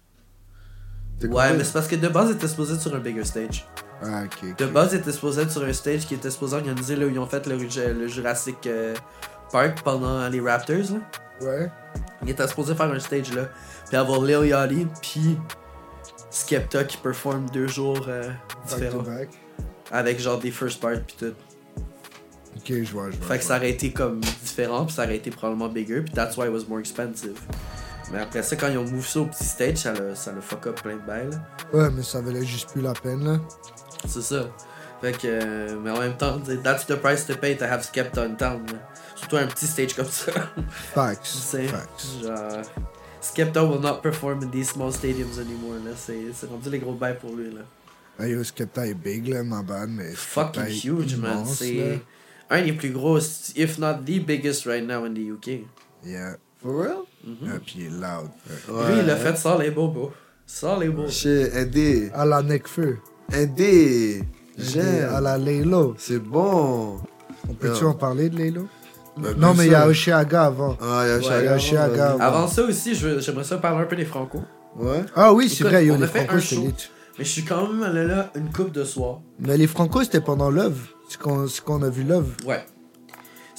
Ouais, mais c'est parce que de base, il était supposé être sur un bigger stage. Ah, ok. De base, il était supposé être sur un stage qui était supposé organiser là où ils ont fait le Jurassic Park pendant les Raptors. Là. Ouais. Il était supposé faire un stage là, puis avoir Lil Yachty, puis Skepta qui performe 2 jours Back différents. to back. Avec genre des first parts puis tout. Ok, je vois. Fait que ça aurait été comme différent, puis ça aurait été probablement bigger, puis that's why it was more expensive. Mais après ça, quand ils ont move ça au petit stage, ça le fuck up plein de bails. là. Ouais, mais ça valait juste plus la peine, là. C'est ça. Fait que, mais en même temps, that's the price to pay to have Skepta in town. là. Surtout un petit stage comme ça. Facts. C'est Facts. genre. Skepta will not perform in these small stadiums anymore. Là. C'est rendu les gros bails pour lui. Là. Hey, yo, Skepta est big, là, ma bad, mais. Fucking Skepta est huge, man. immense, là. C'est un des plus gros, if not the biggest right now in the UK. Yeah. For real? Mhm. Puis il est loud. frère. Ouais. Lui, il a fait sans les bobos. Sans les bobos. Chez Indé. À la Necfeu. Indé. À J'aime. la Laylo. C'est bon. On peut-tu Yeah. en parler de Laylo? Ben, Non, bien mais il y a sûr. Oshiaga avant. Ah, il y a Ouais, il y a Oshiaga. Avant ça aussi, j'aimerais ça parler un peu des Franco. Ouais. Ah oui, c'est Écoute, vrai, yo, on les a fait Franco, un c'était show. lit. Mais je suis quand même allé là une coupe de soir. Mais les Franco, c'était pendant Love. C'est qu'on a vu Love. Ouais.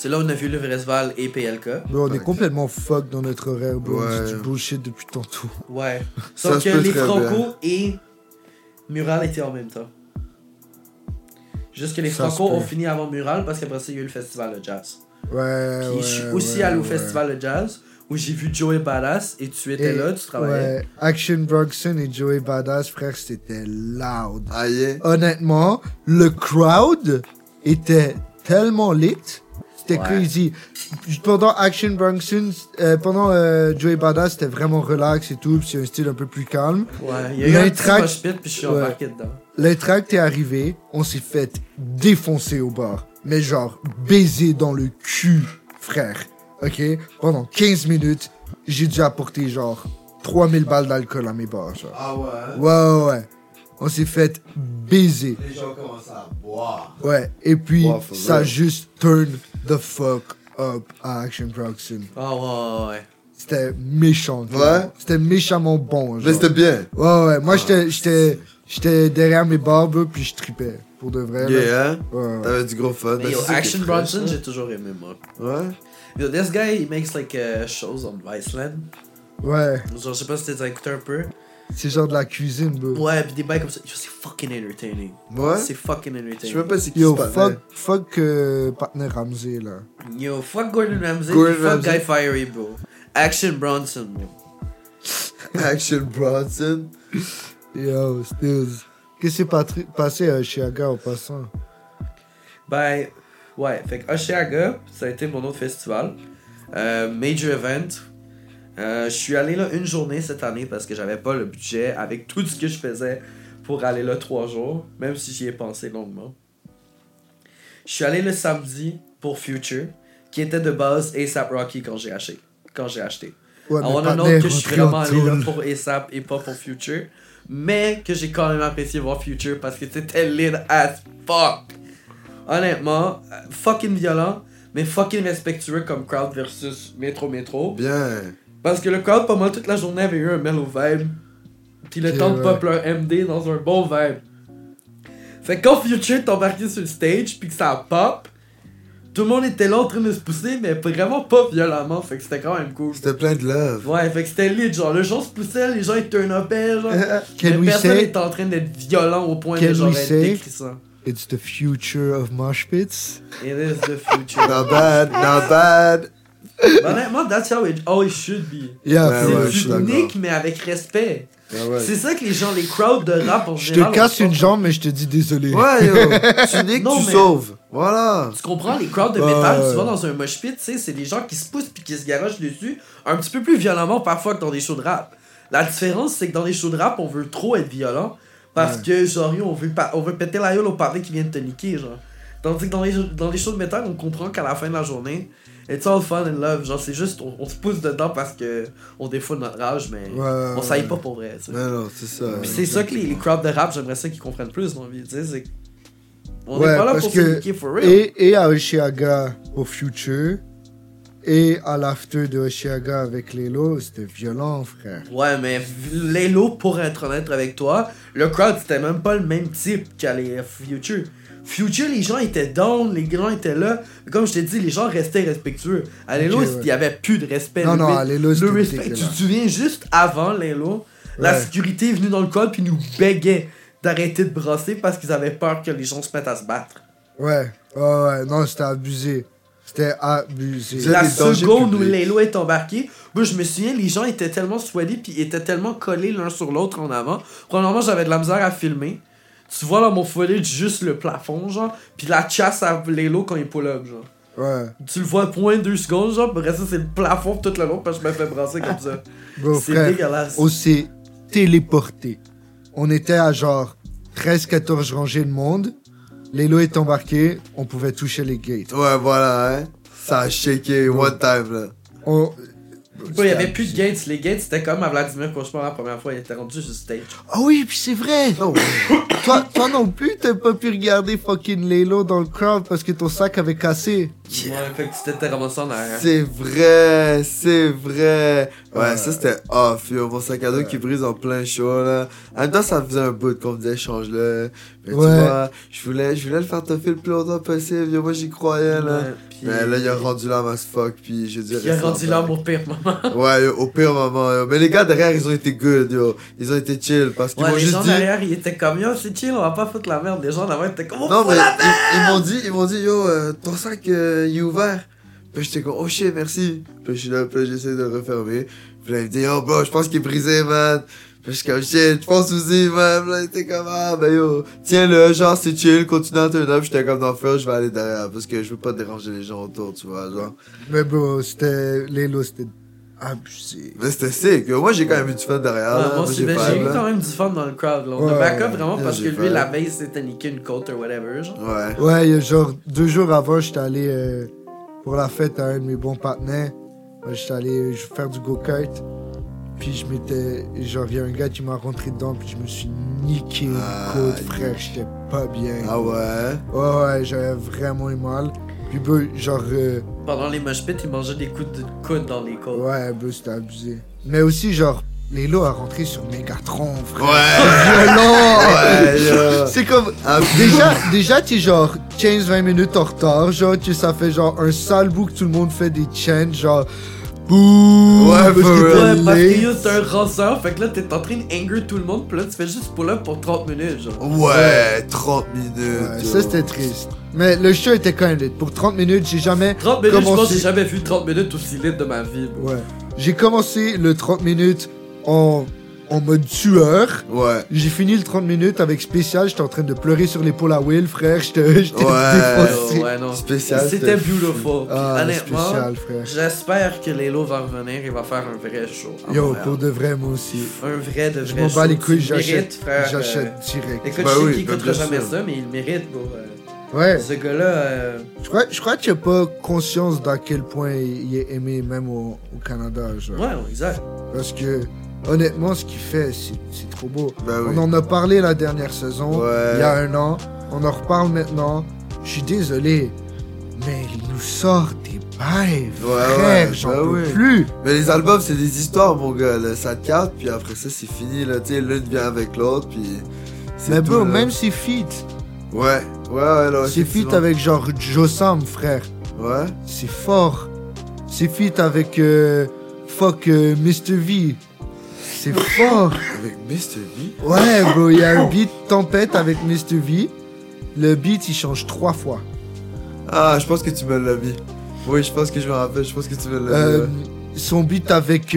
C'est là où on a vu le Vresval et PLK. Bro, on est complètement fuck dans notre horaire, bro. Ouais. On dit du bullshit depuis tantôt. Ouais. Ça Sauf se que peut les très Franco bien. et Mural étaient en même temps. Juste que les Ça Franco se peut. ont fini avant Mural parce qu'après ça, il y a eu le festival de jazz. Ouais, Puis je suis aussi allé au festival de jazz où j'ai vu Joey Badass et tu étais là, tu travaillais. Ouais, Action Bronson et Joey Badass, frère, c'était loud. Aïe. Honnêtement, le crowd était tellement lit. C'était Ouais. crazy. Pendant Action Bronson, pendant Joey Badass, c'était vraiment relax et tout, puis c'est un style un peu plus calme. Ouais, il y a eu un petit L'intract- mosh pit puis je suis Ouais. embarqué dedans. L'intract est arrivé, on s'est fait défoncer au bar. Mais genre, baiser dans le cul, frère. Ok? Pendant 15 minutes, j'ai dû apporter genre 3000 balles d'alcool à mes bars. Genre. Ah ouais. Ouais. On s'est fait baiser. Les gens commencent à boire. Ouais. Et puis, Wow, for ça real. juste turn the fuck up à Action Proxon. Oh ouais. C'était méchant. genre. Ouais? C'était méchamment bon. Mais Genre. c'était bien. Ouais. Moi, j'étais derrière mes bars, bro, puis je tripais. Pour de vrai. là. Yeah, hein? Ouais. T'avais du gros fun. Mais Ben, yo, c'est ça qui Action est fresh, Bronson, hein. j'ai toujours aimé moi. Ouais. Yo, this guy, he makes like shows on Viceland. Ouais. Genre, je sais pas si t'as écouté un peu. C'est genre de la cuisine, bro. Ouais, pis des bails comme ça. Yo, c'est fucking entertaining. Ouais? C'est fucking Je sais entertaining. même pas c'est qui Yo, ce patin. fuck partner Ramsey, là. Yo, fuck Gordon Ramsay, Gordon fuck Ramsay. Guy Fieri, bro. Action Bronson, bro. Action Bronson. Yo, Stills. Qu'est-ce qui s'est passé à Chiaga en passant? Ben, ouais, fait que Oshiaga, ça a été mon autre festival. Major event. Je suis allé là une journée cette année parce que j'avais pas le budget avec tout ce que je faisais pour aller là 3 jours, même si j'y ai pensé longuement. Je suis allé le samedi pour Future, qui était de base A$AP Rocky quand j'ai acheté. Ouais, I wanna partner know que je suis rentré en vraiment allé là tôle. pour A$AP et pas pour Future. Mais que j'ai quand même apprécié voir Future parce que c'était lit as fuck. Honnêtement, fucking violent, mais fucking respectueux comme crowd versus Metro. Bien. Parce que le crowd, pas mal toute la journée, avait eu un mellow vibe. Puis le Ok, temps de ouais. pop leur MD dans un bon vibe. Fait que quand Future est embarqué sur le stage, puis que ça pop, tout le monde était là en train de se pousser, mais vraiment pas violemment. Fait que c'était quand même cool. C'était plein de love. Ouais, fait que c'était lit, genre, les gens se poussaient, les gens ils turn upaient, genre. Can mais we personne say était en train d'être violent au point Can de genre we être say- décrissant. it's the future of mosh pits? It is the future. Not bad, not bad. Honnêtement, that's how it always should be. Yeah, Ouais, for ouais, real. je suis C'est d'accord. unique, mais avec respect. Ah ouais. C'est ça que les gens, les crowds de rap en Je général. te casse ont une pas. jambe, mais je te dis désolé. Ouais, yo. Tu niques, Non, tu mais- sauves. Voilà. Tu comprends, les crowds de Ouais, métal, ouais. tu vas dans un mosh pit, tu sais, c'est des gens qui se poussent puis qui se garochent dessus un petit peu plus violemment parfois que dans des shows de rap. La différence, c'est que dans des shows de rap, on veut trop être violent parce que, genre, yo, on veut péter la gueule au party qui vient de te niquer, genre. Tandis que dans les shows de métal, on comprend qu'à la fin de la journée, it's all fun and love. Genre, c'est juste, on se pousse dedans parce que on défoule notre rage, mais Ouais, on s'aille pas pour vrai, tu sais. Mais non, c'est ça. Puis c'est ça que les crowds de rap, j'aimerais ça qu'ils comprennent plus dans la vie, tu sais, c'est... On Ouais, est pas là parce pour que- se niquer for real. Et à Oshiaga pour Future, et à l'after de Oshiaga avec Lelo, c'était violent, frère. Ouais, mais Lelo, pour être honnête avec toi, le crowd c'était même pas le même type qu'à les Future. Future, les gens étaient down, les gens étaient là. Mais comme je t'ai dit, les gens restaient respectueux. À Lelo, Ok, il y avait plus de respect. Non, Le non, re- à Lelo, le c'était respect. Tu dégueulasse. te souviens, juste avant Lelo, la Ouais. sécurité est venue dans le crowd puis nous béguait d'arrêter de brasser parce qu'ils avaient peur que les gens se mettent à se battre. Ouais, non, c'était abusé. C'était abusé. C'est La des dangers seconde où publics. Lelo est embarqué, moi je me souviens, les gens étaient tellement sweaty puis étaient tellement collés l'un sur l'autre en avant. Premièrement, j'avais de la misère à filmer. Tu vois dans mon footage juste le plafond, genre, puis la chasse à Lelo quand il pull up, genre. Ouais. Tu le vois 0.2 secondes, genre, puis après ça c'est le plafond tout le long parce que je me fais brasser comme ça. Bro, C'est frère, dégueulasse. on s'est téléporté. On était à genre 13-14 rangées de monde. Lelo est embarqué, on pouvait toucher les gates. Ouais, voilà, hein. Ça a shaké one time, là. On... Il y avait plus de gates. Les gates c'était comme à Vladimir Cauchemar la première fois, il était rendu sur stage. Ah oui, puis c'est vrai! Oh, Toi non plus, t'as pas pu regarder fucking Lelo dans le crowd parce que ton sac avait cassé. Ouais, fait que tu t'étais ramassé en arrière. C'est vrai, c'est vrai. Ouais, Ouais. ça c'était off, yo. Mon sac à dos qui brise en plein show, là. En même temps, ça faisait un bout qu'on me disait change-le. Mais tu Ouais. vois, je voulais le faire toffer le plus longtemps possible. Yo, moi j'y croyais, là. Ouais, puis- Mais là, il a rendu l'âme as fuck, puis je dirais. Il a rendu l'âme au pire moment. Ouais, yo, au pire moment, yo. Mais les gars derrière, ils ont été good, yo. Ils ont été chill parce qu'ils Ouais, m'ont les juste gens dit. derrière, ils étaient comme yo, c'est chill, on va pas foutre la merde. Les gens d'avant étaient comme on Non, fout mais la merde. ils m'ont dit, yo, ton sac, il est ouvert. Puis j'étais comme, oh shit, merci. Puis je suis là, puis j'essaie de le refermer. Puis là, il me dit, yo, bro, je pense qu'il est brisé, man. Puis je suis comme, shit, je pense aussi, man. Puis là, il était comme, ah, ben yo, tiens-le, genre, c'est chill, continue à turn up. J'étais comme, dans le feu, je vais aller derrière. Parce que je veux pas déranger les gens autour, tu vois, genre. Mais bro, c'était. Lélo, c'était abusé. Mais c'était sick, yo. Moi, j'ai quand même eu du fun derrière, Ouais, là. moi aussi, ben, pas, j'ai eu là. quand même du fun dans le crowd. Là. On a Ouais, back up vraiment ouais, parce que j'ai lui, fait. la veille, s'était niqué une côte ou whatever. Genre. Ouais. Ouais, il y a genre 2 jours avant, j'étais allé pour la fête à un de mes bons partenaires. J'étais allé faire du go-kart. Puis je m'étais. Genre, il y a un gars qui m'a rentré dedans, puis je me suis niqué une côte, Aïe. frère. J'étais pas bien. Ah ouais? Ouais, ouais, j'avais vraiment eu mal. Puis, bro, genre. Pendant les mosh pits, il mangeait des coups de coude dans les côtes. Ouais, bro, c'était abusé. Mais aussi, genre, Lélo a rentré sur Megatron, frère. Ouais! Violent! Ouais, yo. C'est comme. Ah, Déjà, t'es genre 15-20 minutes en retard. Genre, ça fait genre un sale bout que tout le monde fait des chants, genre. Bouh! Ouais, parce for que real. t'es Ouais, parce que late. yo, t'es un ranceur, fait que là, t'es en train d'anger tout le monde, pis là, tu fais juste pull-up pour 30 minutes, genre. Ouais, 30 minutes. Ouais, yo. ça, c'était triste. Mais le show était quand même lit. Pour 30 minutes, j'ai jamais. 30 minutes, je pense que Commencé- j'ai jamais vu 30 minutes aussi lit de ma vie. bro. Ouais. J'ai commencé le 30 minutes en mode tueur. Ouais. J'ai fini le 30 minutes avec spécial. J'étais en train de pleurer sur l'épaule à Will, frère. J'étais Ouais. défoncé. Ouais, non. Spécial, C'était beautiful. Puis Ah, honnêtement, spécial, frère. j'espère que Lélo va revenir et va faire un vrai show. à Yo, Montréal. pour de vrai, moi aussi. Un vrai de vrai Je m'en show. bas les couilles, Tu le mérites, j'achète. frère. J'achète direct. Écoute, Bah je sais oui, qu'il bah écoutera bien jamais sûr. ça, mais il le mérite, bro. Ouais. Ce gars-là, Je crois que tu n'as pas conscience d'à quel point il est aimé, même au Canada. Genre. ouais, exact. Parce que, honnêtement, ce qu'il fait, c'est trop beau. Bah oui. On en a parlé la dernière saison, Ouais. il y a 1 an. On en reparle maintenant. Je suis désolé, mais il nous sort des bails, Ouais, frère. ouais, J'en bah peux oui. plus. Mais les albums, c'est des histoires, mon gars. Là. Ça te capte, puis après ça, c'est fini. Là. Tu sais, l'une vient avec l'autre, puis. c'est Mais tout, bro, là. même ses feats. Ouais, là. Ses feats effectivement. avec genre Josam, frère. Ouais. C'est fort. Ses feats avec Mr. V. C'est fort. Avec Mr. V. Ouais, bro, il y a un beat tempête avec Mr. V. Le beat, il change 3 fois. Ah, je pense que tu me l'as mis. Oui, je pense que je me rappelle. Je pense que tu me l'as mis. Euh, ouais. son beat avec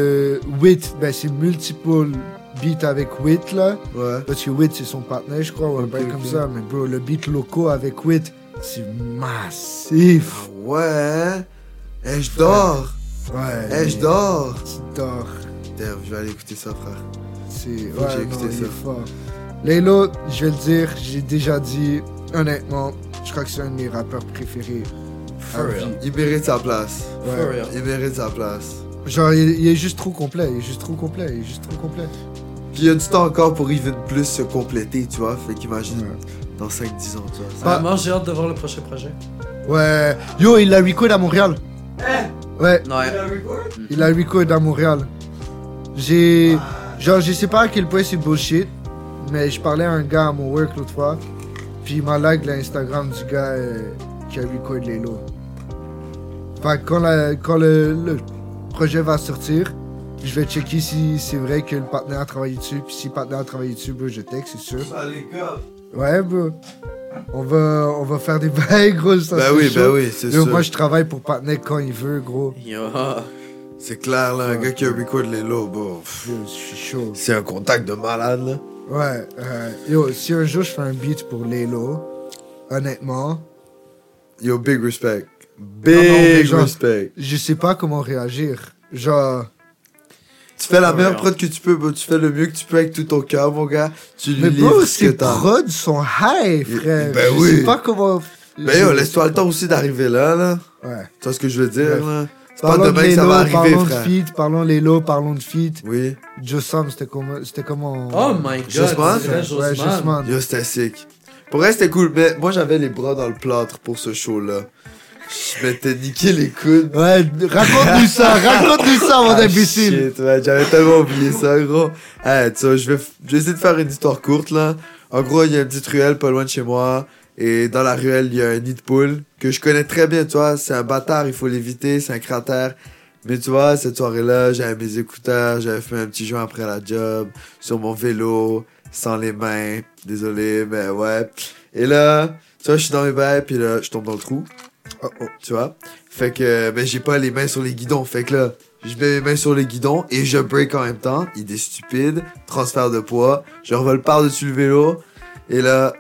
Wit, ben c'est multiple beats avec Wit là. Ouais. Parce que Wit c'est son partenaire, je crois, ou un Ok, bail comme ok. ça. Mais bro, le beat locaux avec Wit, c'est massif. Ah ouais. Eh, je dors. Ouais. Eh, je dors. Tu dors. Damn, je vais aller écouter ça, frère. C'est. Faut que j'ai Ouais, écouté non, il ça. est fort. Laylo, je vais le dire, j'ai déjà dit, honnêtement, je crois que c'est un de mes rappeurs préférés. à For vie. real. Il mérite sa place. Ouais. For real. Il mérite sa place. Genre, il est juste trop complet, il est juste trop complet, il est juste trop complet. Puis il y a du temps encore pour Even Plus se compléter, tu vois. Fait qu'imagine Ouais. dans 5-10 ans, tu vois. Bah- Vraiment, j'ai hâte de voir le prochain projet. Ouais. Yo, il a record à Montréal. Ouais, Ouais. il a record à Montréal. J'ai. Genre, je sais pas à quel point c'est bullshit, mais je parlais à un gars à mon work l'autre fois, puis il m'a like l'Instagram du gars qui a record Laylo. Fait que quand le projet va sortir, je vais checker si c'est vrai que le partenaire a travaillé dessus, puis si le partenaire a travaillé dessus, bro, je texte, c'est sûr. Ouais, bro. On va faire des bails, gros. Ça, Bah c'est oui, chaud. bah oui, c'est Yo, sûr. moi, je travaille pour partenaire quand il veut, gros. Yo. C'est clair, là, un gars qui a record les lots, bon. pff, Yo, je suis chaud. C'est un contact de malade, là. Ouais, yo, si un jour je fais un beat pour Laylo, honnêtement, Yo, big respect. mais Big genre- respect. je sais pas comment réagir. Genre, Tu fais la Ouais, meilleure hein. prod que tu peux, bro. Tu fais le mieux que tu peux avec tout ton cœur, mon gars. Tu lui mais livres bro, ce que ces t'as. prods sont high, frère. Ben je oui. sais pas comment. Mais yo, laisse-toi le temps aussi d'arriver là, là. Ouais. Tu vois ce que je veux dire, Bref. là? C'est pas Parlons de demain que ça Laylo, va arriver, parlons de frère. feat, parlons Laylo, parlons de feat. Oui. Josam, c'était comment. Oh my god, Jossman? c'est vrai, Ouais, Jossman. Jossman. Yo, c'était sick. Pour vrai, c'était cool. Mais moi, j'avais les bras dans le plâtre pour ce show-là. Je m'étais niqué les coudes. Ouais, raconte-nous ça, mon imbécile. Shit, ouais, j'avais tellement oublié ça, gros. Hey, tu vois, je vais essayer de faire une histoire courte, là. En gros, il y a une petite ruelle pas loin de chez moi. Et dans la ruelle, il y a un nid de poule que je connais très bien, tu vois. C'est un bâtard, il faut l'éviter, c'est un cratère. Mais tu vois, cette soirée-là, j'avais mes écouteurs, j'avais fait un petit joint après la job, sur mon vélo, sans les mains. Désolé, mais ouais. Et là, tu vois, je suis dans mes bails, puis là, je tombe dans le trou. Oh, tu vois. Fait que, ben, j'ai pas les mains sur les guidons. Fait que là, je mets mes mains sur les guidons et je break en même temps. Idée stupide, transfert de poids. Je revole par-dessus le vélo. Et là,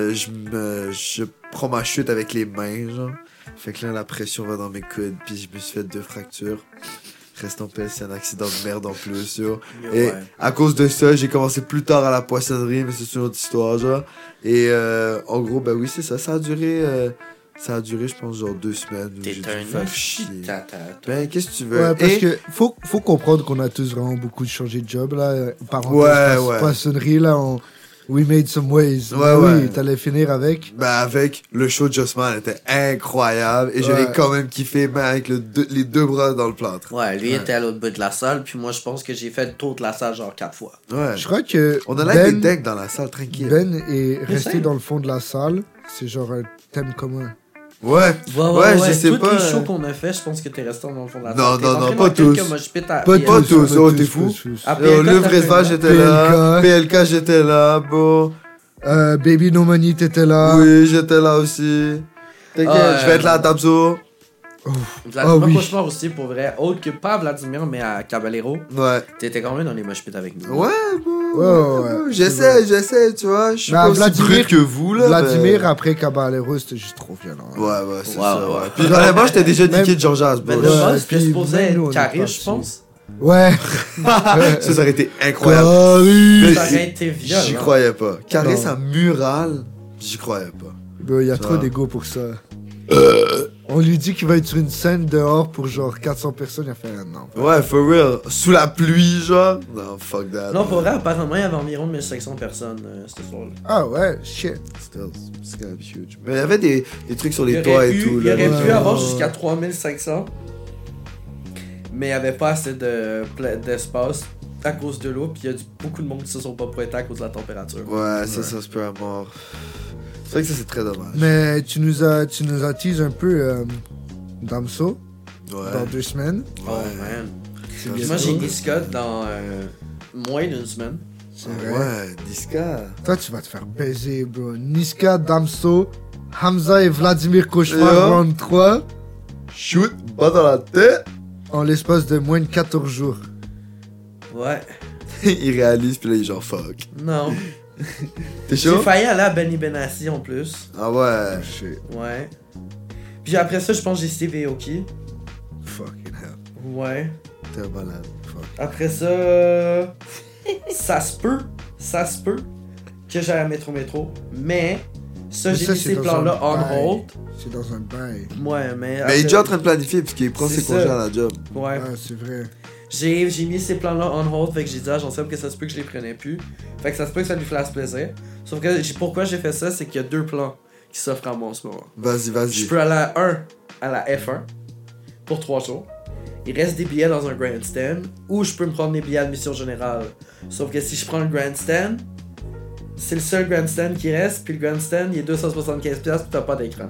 je prends ma chute avec les mains, genre. Fait que là, la pression va dans mes coudes, puis je me suis fait 2 fractures. Reste en paix, c'est un accident de merde en plus, yo. Et à cause de ça, j'ai commencé plus tard à la poissonnerie, mais c'est une autre histoire, genre. Et en gros, ben oui, c'est ça. Ça a duré, je pense, genre 2 semaines. Où j'ai dû me faire chier. Ben, qu'est-ce que tu veux? Ouais, parce que faut comprendre qu'on a tous vraiment beaucoup changé de job, là. Ouais. Poissonnerie, là, we made some ways. Ouais. Oui, t'allais finir avec. Ben, avec le show de Jossman, était incroyable. Et je l'ai quand même kiffé, ben, avec les 2 bras dans le plâtre. Ouais, lui était à l'autre bout de la salle, puis moi, je pense que j'ai fait le tour de la salle genre 4 fois. Ouais. Je crois que On a l'air des decks dans la salle, tranquille. Ben est resté simple. dans le fond de la salle. C'est genre un thème commun. Ouais, je sais Tous pas. les shows qu'on a fait, je pense que t'es resté dans le fond de la Non, salle. non, pas tous. Pas tous, oh, t'es fou. Après, Le vrai Sval, j'étais là. PLK, j'étais là, bon. Baby No Money, t'étais là. Oui, j'étais là aussi. T'inquiète, je vais être là à Tabzo. Vladimir oui. Cauchemar aussi, pour vrai. Autre que pas Vladimir, mais à Caballero. Ouais. T'étais quand même dans les mosh pits avec nous. Ouais, bon. Ouais. J'essaie, tu vois. Je suis pas aussi brut que vous, là. Vladimir, après Caballero, c'était juste trop violent. Ouais, c'est Ouais, ça. ouais. Puis vraiment, j'étais déjà niqué de Georges Mais bro. le Ouais, boss, puis c'était supposé même nous, on être est carré, partis. je pense. Ouais. Ça aurait été incroyable. Carré. Ça aurait été violent. J'y croyais pas. Carré, Non. sa murale, j'y croyais pas. Il y a trop Ça. d'ego pour ça. On lui dit qu'il va être sur une scène dehors pour genre 400 personnes. Il a fait non. Ouais, for real. Sous la pluie, genre. Non, fuck that. Non, pour vrai, apparemment, il y avait environ 1500 personnes cette soirée. Ah ouais, shit. Still, it's kind of huge. Mais il y avait des trucs sur les Il toits aurait et tout. Il aurait là. pu Ouais. avoir jusqu'à 3500. Mais il n'y avait pas assez d'espace à cause de l'eau. Puis il y a beaucoup de monde qui se sont pas pointés à cause de la température. Ouais, ça se peut à mort. C'est vrai que ça, c'est très dommage. Mais tu nous as teasé un peu Damso dans Ouais. 2 semaines. Oh man. C'est Moi, Puis bien moi, sûr. j'ai Niska dans moins d'une semaine. C'est vrai. Ouais, Niska. Toi, tu vas te faire baiser, bro. Niska, Damso, Hamza et Vladimir Cauchemar, Yo. round 3, Shoot, bas dans la tête. en l'espace de moins de 14 jours. Ouais. Il réalise, puis là, il est genre fuck. Non. T'es J'ai chaud? failli aller à Benny Benassi en plus. Ah ouais. Shit. Ouais. Puis après ça, je pense que j'ai Steve Aoki. Fucking hell. Ouais. T'es un malade. Fuck. Après ça, ça se peut que j'aille à Métro. Mais ça, Mais j'ai ça, mis c'est ces dans plans-là un on bail. hold. C'est dans un bail. Ouais, mais. Mais il est déjà en train de planifier, puisqu'il prend C'est ses congés ça. à la job. Ouais. Ah, c'est vrai. J'ai mis ces plans-là on hold, fait que j'ai dit à Jean-Seb que ça se peut que je les prenais plus. Fait que ça se peut que ça lui fasse plaisir. Sauf que pourquoi j'ai fait ça, c'est qu'il y a 2 plans qui s'offrent à moi en ce moment. Vas-y, Je vas-y. peux aller à la F1 pour 3 jours. Il reste des billets dans un grandstand ou je peux me prendre des billets admission générale. Sauf que si je prends le grandstand, c'est le seul grandstand qui reste, puis le grandstand il est 275$ puis t'as pas d'écran.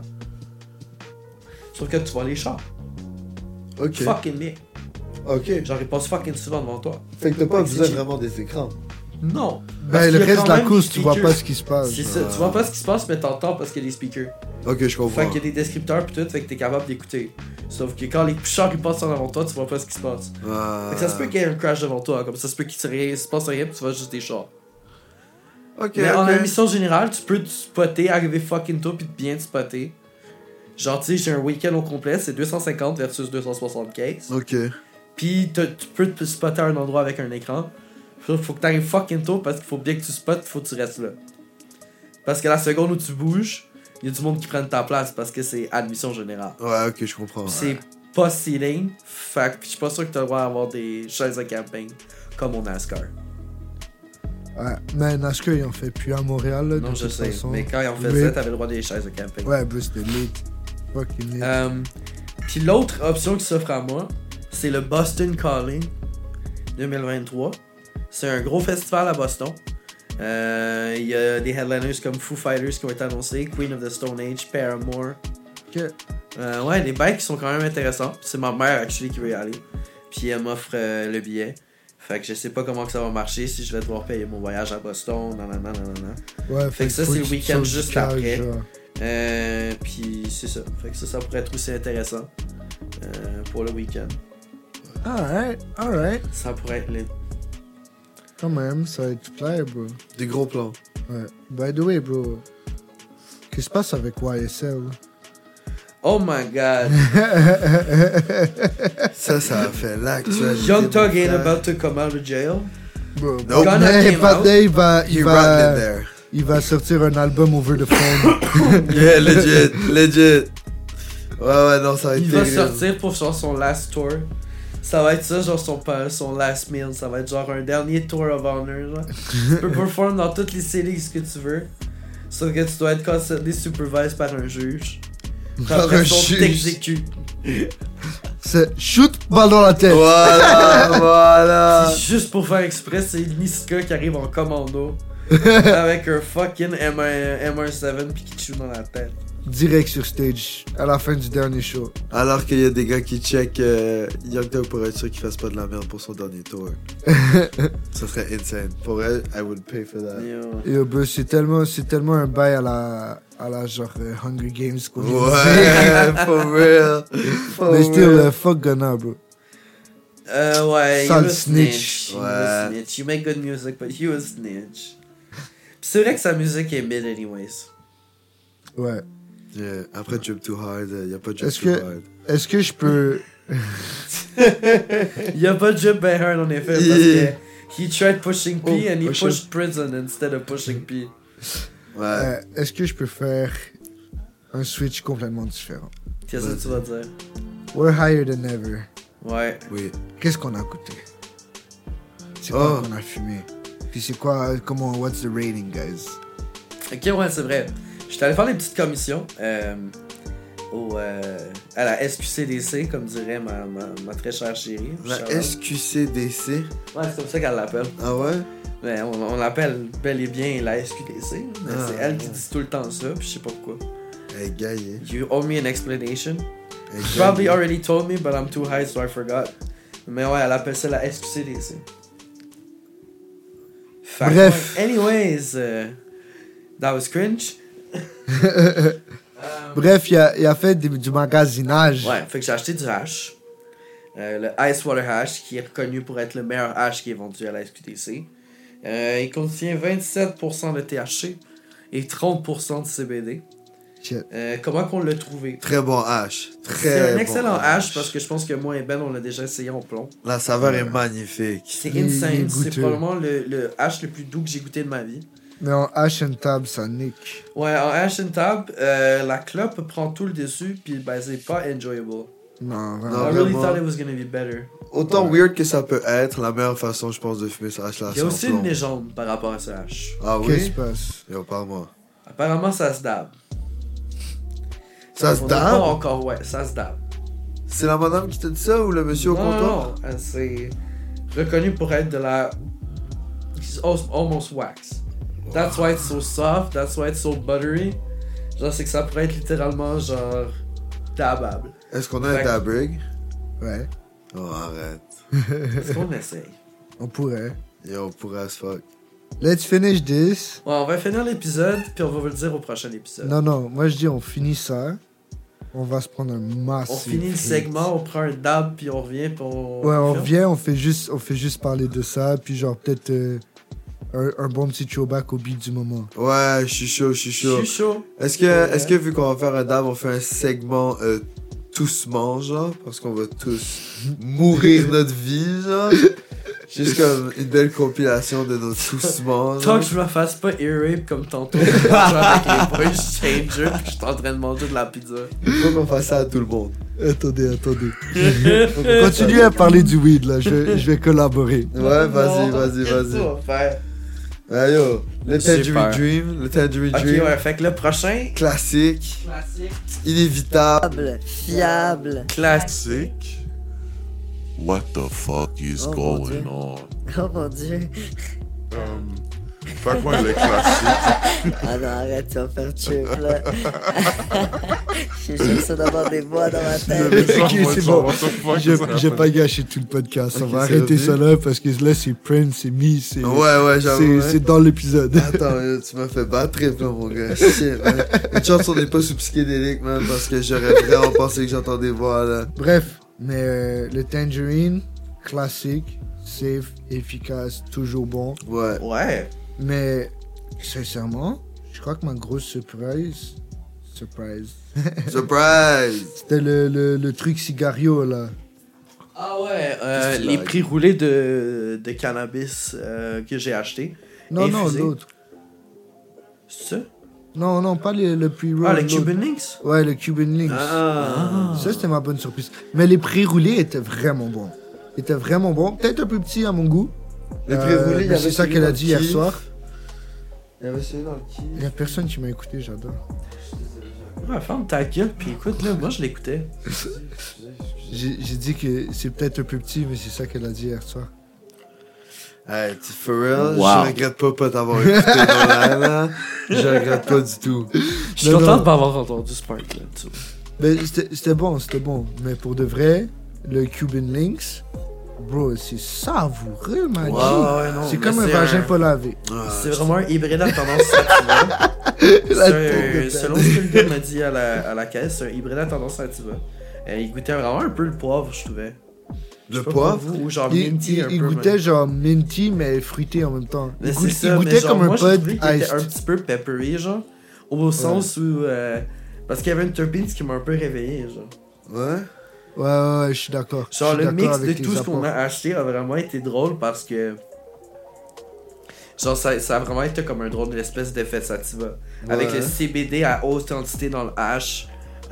Sauf que tu vois les chars. Ok. Fucking bien. Ok. Genre ils passent fucking souvent devant toi. Fait que t'as pas Fait que besoin c'est cheap. vraiment des écrans. Non. Ben, le qu'il y a reste quand de la même course, des tu vois speakers. pas ce qui se passe. C'est ça, tu vois pas ce qui se passe, mais t'entends parce qu'il y a des speakers. Ok, je comprends. Fait qu'il y a des descripteurs pis tout, fait que t'es capable d'écouter. Sauf que quand les chars ils passent en avant de toi, tu vois pas ce qui se passe. Fait que ça se peut qu'il y ait un crash devant toi, comme ça se peut qu'il se passe rien pis tu vois juste des chars. Ok, Mais en ok. émission générale, tu peux te spotter, arriver fucking tôt pis bien te spotter. Genre, tu sais, j'ai un week-end au complet, c'est 250 versus 275. Ok. Pis tu peux te spotter à un endroit avec un écran. Faut que t'arrives fucking tôt parce qu'il faut bien que tu spottes, faut que tu restes là. Parce que la seconde où tu bouges, il y a du monde qui prenne ta place parce que c'est admission générale. Ouais, ok, je comprends. Pis c'est pas seating, fait que je suis pas sûr que t'as le droit d'avoir des chaises de camping comme au NASCAR. Ouais, mais NASCAR, ils en fait plus à Montréal. Là, Non, de je toute sais, façon. mais quand ils ont fait Oui. ça, t'avais le droit des chaises de camping. Ouais, bro, c'était lit. fucking lit. Puis l'autre option qui s'offre à moi, c'est le Boston Calling 2023. C'est un gros festival à Boston. Il y a des headliners comme Foo Fighters qui ont été annoncés, Queen of the Stone Age, Paramore. Ok. Ouais, des bikes qui sont quand même intéressants. C'est ma mère actually qui veut y aller. Puis elle m'offre le billet. Fait que je sais pas comment que ça va marcher, si je vais devoir payer mon voyage à Boston, nanana. Ouais, Fait que ça, faut c'est le tu week-end sautes juste du cage, après. genre. Puis c'est ça. Fait que ça pourrait être aussi intéressant pour le week-end. Alright. Ça pourrait être lit. Quand même, ça va être clair, bro. Des gros plans. Ouais. By the way, bro. Qu'est-ce qui se passe avec YSL? Oh my god. Ça a fait l'actualité. Young Thug mon ain't frère. about to come out of jail. Bro, Nope. Gunna mais came pas out. day, He rotten in there. il va sortir un album over the phone. Yeah, legit. Ouais, non, ça va être Il va terrible. sortir pour genre son last tour. Ça va être ça, genre son last meal. Ça va être genre un dernier tour of honor. Genre. Tu peux performer dans toutes les séries que tu veux. Sauf que tu dois être constantly supervised par un juge. Par Après, un on juge. t'exécute. C'est shoot, balle dans la tête. Voilà. C'est juste pour faire exprès, c'est Niska qui arrive en commando. Avec un fucking MR7 pis qui te shoot dans la tête. Direct sur stage, à la fin du dernier show. Alors qu'il y a des gars qui check Young Thug pour être sûr qu'il fasse pas de la merde pour son dernier tour. Ça serait insane. Pour elle, I would pay for that. Yo. Yo, bro, c'est tellement un bail à la genre Hunger Games qu'on vient de dire. Ouais, for real. For Mais still, real. fuck Gunna, bro. Ouais, Sale he was snitch. snitch. He was snitch. You make good music, but he was snitch. Pis c'est vrai que sa musique est mid anyways. Ouais. Yeah. Après Jump Too Hard, y a pas Jump Est-ce Too que- Hard. Est-ce que je peux... Il a pas de jump by hard en effet parce Yeah. que he tried pushing P Oh, and he oh, shit. pushed prison instead of pushing P. Ouais. Est-ce que je peux faire un switch complètement différent? Qu'est-ce que tu vas dire? We're higher than ever. Ouais. Oui. Qu'est-ce qu'on a goûté? C'est quoi Oh. qu'on a fumé? Puis c'est quoi, what's the rating, guys? Ok, ouais, c'est vrai. J'étais allé faire des petites commissions à la SQCDC, comme dirait ma très chère chérie. La Shout out. SQCDC. Ouais, c'est comme ça qu'elle l'appelle. Ah ouais? Mais on l'appelle bel et bien la SQDC. Mais Ah, c'est elle qui ouais. dit tout le temps ça, puis je sais pas pourquoi. Hey, gaillé. You owe me an explanation. Hey, You probably gaillé. already told me, but I'm too high, so I forgot. Mais ouais, elle appelle ça la SQCDC. Fait que Bref. ouais, anyways, that was cringe. Bref, il a fait du magasinage. Ouais, fait que j'ai acheté du hash. Le Ice Water Hash, qui est reconnu pour être le meilleur hash qui est vendu à la SQDC. Il contient 27% de THC et 30% de CBD. Shit. Comment qu'on l'a trouvé? Très bon hash. Très C'est un bon excellent hash parce que je pense que moi et Ben, on l'a déjà essayé en plomb. La saveur est magnifique. C'est Il est insane. C'est goûteux. probablement le hash le plus doux que j'ai goûté de ma vie. Mais en hash and tab, ça nique. Ouais, en hash and tab, la clope prend tout le dessus, puis ben, c'est pas enjoyable. Non, Non, I vraiment. really vraiment. thought it was gonna be better. Autant weird que ça peut être, la meilleure façon, je pense, de fumer ce hash là, Il y a aussi une légende par rapport à ce hash. Ah Qu'est-ce qui oui? se passe? Yo, parle-moi. Apparemment, ça se dab. Ça se On n'a pas dab? encore, ouais, ça se dab. C'est la madame qui t'a dit ça ou le monsieur au Non, comptoir? non, c'est reconnu pour être de la. It's almost wax. That's why it's so soft, that's why it's so buttery. Genre, c'est que ça pourrait être littéralement, genre, dabable. Est-ce qu'on a un Fait- dab rig? Ouais, Oh, arrête. Est-ce qu'on essaye? on pourrait. Yo, on pourrait as fuck. Let's finish this. Ouais, on va finir l'épisode, puis on va vous le dire au prochain épisode. Non, non, moi je dis on finit ça. On va se prendre un massif. On finit le hit. segment, on prend un dab, puis on revient, puis on. Ouais, on filme. revient, on fait juste parler de ça, puis genre peut-être un bon petit throwback au beat du moment. Ouais, je suis chaud, je suis Je chaud. suis chaud. Est-ce que vu qu'on va faire un dab, on fait un segment tous mange, genre? Parce qu'on va tous mourir notre vie, genre? Juste comme une belle compilation de nos tous mange. Tant que je me fasse pas ear rape comme tantôt, genre avec les voice changers, puis que je suis en train de manger de la pizza. Il faut qu'on fasse ça à tout le monde. Attendez. Continuez à parler du weed là, je vais collaborer. Ouais, vas-y, Non, vas-y, qu'est-ce que vas-y. tu vas faire? Ah yo, le Tangerine Super. Dream. Le Tangerine Ok, Dream. ouais, fait que le prochain. Classique. Inévitable. Fiable. Classique. Sick. What the fuck is Oh, mon going Dieu. on? Oh mon dieu. Fait que moi, le classique. Ah non, arrête, tu vas faire chip là. Je suis juste d'avoir des voix dans ma tête. Ok, c'est bon. J'ai pas gâché tout le podcast. On Ok, va c'est arrêter revenu. ça là parce que là, c'est Prince, c'est Me, c'est. Ouais, j'avoue. C'est dans l'épisode. Attends, yo, tu m'as fait battre trip là, mon gars. Shit, man. Une chance on n'est pas sous psychédélique, man, parce que j'aurais vraiment pensé que j'entendais des voix là. Bref, mais le Tangerine, classique, safe, efficace, toujours bon. Ouais. Ouais. Mais sincèrement, je crois que ma grosse surprise, Surprise! c'était le truc cigario là. Ah ouais, Qu'est-ce que tu les like? prix roulés de cannabis que j'ai acheté. Non, Infusé. non, l'autre. C'est ça? Non, pas le pre-roll. Ah, le l'autre. Cuban Links? Ouais, le Cuban Links. Ah! Ça, c'était ma bonne surprise. Mais les pré-roulés étaient vraiment bons. Ils étaient vraiment bons. Peut-être un peu petits à mon goût. Les pré-roulés, il y mais avait c'est ça celui qu'elle a dans dit le hier kiff. soir. Il y avait celui dans le kiff. Il y a personne qui m'a écouté, j'adore. Ouais, ferme ta gueule, pis écoute, là, moi je l'écoutais. J'ai dit que c'est peut-être un peu petit, mais c'est ça qu'elle a dit hier soir. Hey, for real, Wow. je regrette pas t'avoir écouté dans l'air, là. Je regrette pas du tout. Je suis Non, content non. de pas avoir entendu Spark, là, tu vois. Mais c'était bon. Mais pour de vrai, le Cuban Links, bro, c'est savoureux, man. Ouais, non, C'est mais comme un c'est vagin pas lavé. Ah, C'est vraiment un hybride à tendance sativa. La tête de Selon ce que le gars m'a dit à la caisse, c'est un hybride à tendance sativa. Il goûtait vraiment un peu le poivre, je trouvais. Je Le sais pas poivre? pour vous, ou genre Il, minty un il peu. goûtait même. genre minty, mais fruité en même temps. Mais Il, c'est ça, il mais goûtait genre, comme un moi, j'ai pod trouvé qu'il était iced. un petit peu peppery, genre. Au sens où. Parce qu'il y avait une turbine qui m'a un peu réveillé, genre. Ouais? Ouais, je suis d'accord. Genre, Je suis le mix d'accord de avec tout les ce qu'on a apports. acheté a vraiment été drôle parce que. Genre, ça a vraiment été comme un drôle d'espèce d'effet sativa. Avec Ouais. le CBD à haute quantité dans le hash.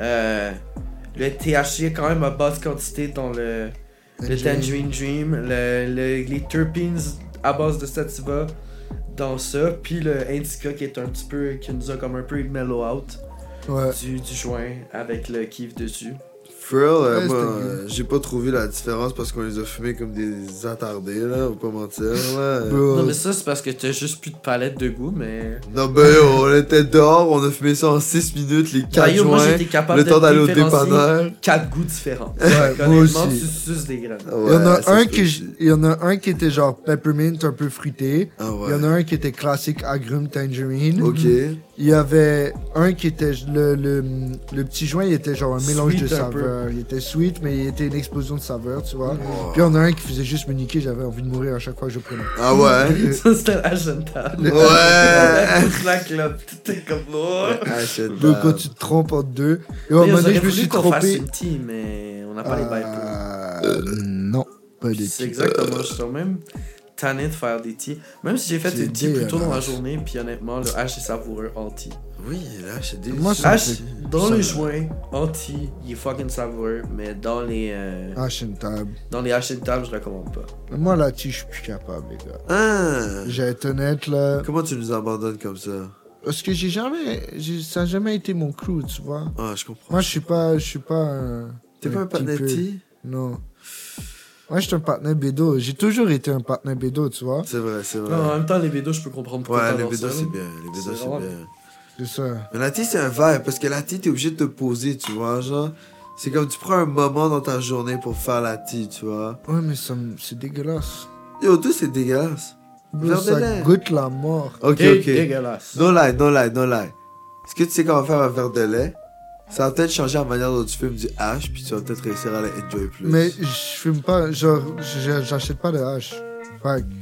Le THC quand même à basse quantité dans le Tangerine Dream. Les terpenes à base de sativa dans ça. Puis le indica qui est un petit peu. Qui nous a comme un peu mellow out Ouais. du joint avec le kiff dessus. For real, Ouais, moi, c'était good. j'ai pas trouvé la différence parce qu'on les a fumés comme des attardés, là, on va pas mentir, là. Bro, Non, mais ça, c'est parce que t'as juste plus de palette de goût, mais. Non, ben, on était dehors, on a fumé ça en 6 minutes, les 4 D'ailleurs, moi joints, j'étais capable le de temps d'aller au différencier dépanneur. 4 goûts différents. Ouais, Fait moi qu'honnêtement, aussi. tu suces des graines. Ah il y en a ouais, ça un se peut aussi. il y en a un qui était genre peppermint un peu fruité. Ah Il ouais. y en a un qui était classique agrumes tangerine. Ok. Il y avait un qui était le petit joint, il était genre un mélange Sweet de un peu. saveurs. Il était sweet, mais il était une explosion de saveurs, tu vois. Oh. Puis il y en a un qui faisait juste me niquer, j'avais envie de mourir à chaque fois que je prenais. Ah ouais. Ça, c'était l'agenda. Ouais. La clope, tout est comme là. Ah, shit, Donc quand damn. tu te trompes entre deux. Et à un Mais moment on donné, aurait je me voulu suis qu'on fasse trompé. une team, mais on n'a pas les bails pour. Non, pas des C'est types. exactement, je suis même tanné de faire des teas. Même si j'ai fait C'est une tea plus tôt dans la dégueulasse. journée, puis honnêtement, le hash est savoureux anti. Oui, là, c'est des. Moi, ça- Hash, dans ça- le joint, anti, il est fucking savoureux, mais dans les Ah, je suis une table. dans les hash de table, je recommande pas. Moi, là, je suis plus capable, les gars. Ah. J'ai été honnête, là. Comment tu nous abandonnes comme ça? Parce que ça n'a jamais été mon crew, tu vois. Ah, je comprends. Moi, je suis pas un. T'es pas un typeux. panetti? Non. Moi, je suis un partenaire bédo. J'ai toujours été un partenaire bédo, tu vois. C'est vrai, c'est vrai. Non, en même temps, les bédos, je peux comprendre pourquoi Ouais, t'adores les bédos, ça, c'est là. bien. Les bédos, C'est c'est vraiment- bien. C'est ça. Mais la tea, c'est un vibe, parce que la tea, t'es obligé de te poser, tu vois, genre. C'est comme tu prends un moment dans ta journée pour faire la tea, tu vois. Ouais, mais c'est dégueulasse. Yo, tout c'est dégueulasse. Bro, Verre de ça lait. goûte la mort. Ok, Dé- ok. Dégueulasse. No lie, no lie, no lie. Est-ce que tu sais comment faire un verre de lait? Ça va peut-être changer la manière dont tu fumes du hash, puis tu vas peut-être réussir à l'enjoy plus. Mais je fume pas, genre, j'achète pas de hache. Fait que,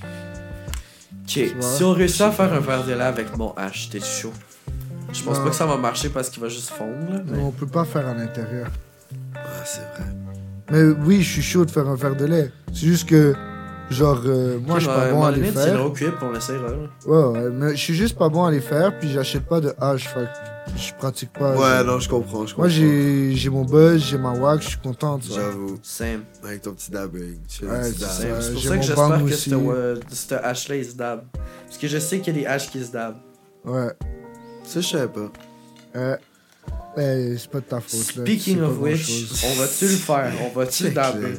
Ok, vois? si on réussit à faire un verre de lait avec mon hash, t'es chaud. Je pense Non. pas que ça va marcher parce qu'il va juste fondre, là, mais... on peut pas faire à l'intérieur. Ah, c'est vrai. Mais oui, je suis chaud de faire un verre de lait. C'est juste que, genre, moi, je suis pas bon à les faire. faire. Au cuip, on l'essayera, là. Ouais, mais je suis juste pas bon à les faire, puis j'achète pas de hache. Fait que je pratique pas. Ouais, non, je comprends. Moi, j'ai mon buzz, j'ai ma wax, je suis content, tu vois. J'avoue. Same. Avec ton petit dabbing. Tu fais Ouais, le petit c'est dab. ça. C'est pour j'ai ça que mon j'espère bang que aussi. ce hash-là, il se dab. Parce que je sais qu'il y a des haches qui se dab. Ouais. Ça, je savais pas. C'est pas de ta faute, là. Speaking C'est pas of which, grand-chose. on va-tu le faire? On va-tu Check, dabber?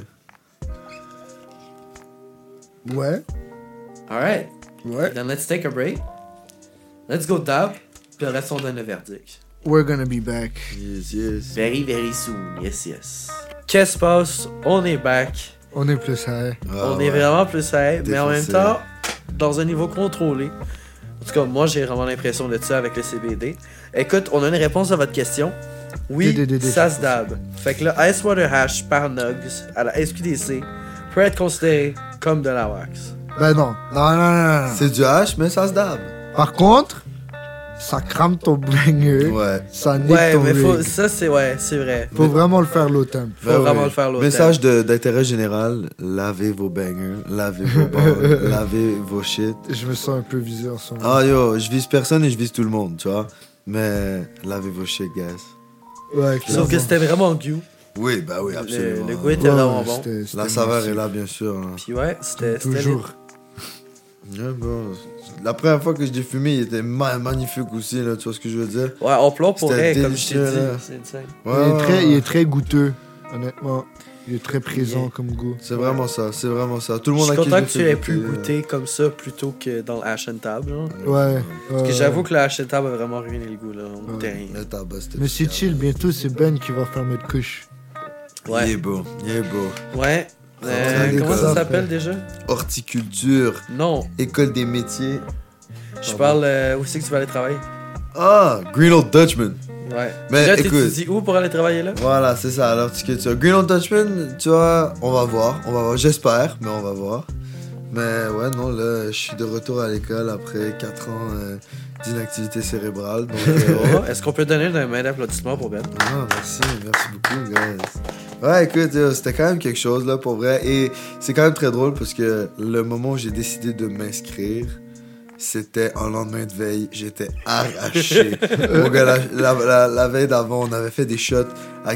Ouais. Alright. Ouais. Then let's take a break. Let's go dab. Puis le reste, on donne le verdict. We're gonna be back. Yes. Very, very soon. Yes, yes. Qu'est-ce qui se passe? On est back. On est plus high. Ah, On est vraiment plus safe, mais en même Défoncé. temps, dans un niveau controlé. En tout cas, moi, j'ai vraiment l'impression de ça avec le CBD. Écoute, on a une réponse à votre question. Oui, DDD. ça se dab. Fait que le Ice Water Hash par Nugs à la SQDC peut être considéré comme de la wax. Ben non. Non. C'est du hash, mais ça se dab. Par contre, ça crame ton banger. Ouais. Ça nique Ouais, ton mais faut, rig. ça, c'est vrai. Faut vraiment le faire low temp. Faut vraiment le faire l'autre. Message d'intérêt général, lavez vos bangers, lavez vos balles, lavez vos shit. Je me sens un peu visé en ce moment. Ah yo, je vise personne et je vise tout le monde, tu vois. Mais lavez vos shit, guys. Ouais, Sauf clairement. que c'était vraiment goût. Oui, bah oui, absolument. Le goût était vraiment bon. c'était La saveur massif. est là, bien sûr. Hein. Puis ouais, c'était Toujours. Ouais, bon, la première fois que je l'ai fumé, il était magnifique aussi, là, tu vois ce que je veux dire? Ouais, on pleure pour C'était rien, comme je t'ai délicieux, dit. là. C'est insane. Ouais, Il est très goûteux, honnêtement. Il est très présent comme goût. C'est vraiment ça, c'est vraiment ça. Tout le Je monde suis a qui content je que tu l'ai aies fait pu goûter, goûter comme ça plutôt que dans le hash and tab. Genre. Ouais. Parce que j'avoue que le hash and tab a vraiment ruiné le goût. Là. On Ouais. goûtait rien. Le tabac, c'était Mais c'est super. chill, bientôt c'est Ben qui va faire notre couche. Il Ouais. est beau, il est beau. Ouais. Ouais, Comment ça l'école. s'appelle déjà? Horticulture, Non. école des métiers. Je parle où c'est que tu vas aller travailler? Ah, Green Old Dutchman. Ouais. Mais Là, écoute. t'étudies où pour aller travailler là? Voilà, c'est ça, l'horticulture. Green Old Dutchman, tu vois, on va voir. J'espère, mais on va voir. Mais ouais, non, là, je suis de retour à l'école après 4 ans d'inactivité cérébrale. Donc, Oh, est-ce qu'on peut donner une main d'applaudissement pour Ben? ah, merci beaucoup, guys. Ouais, écoute, c'était quand même quelque chose, là, pour vrai. Et c'est quand même très drôle parce que le moment où j'ai décidé de m'inscrire, c'était un lendemain de veille. J'étais arraché. Mon gars, la veille d'avant, on avait fait des shots à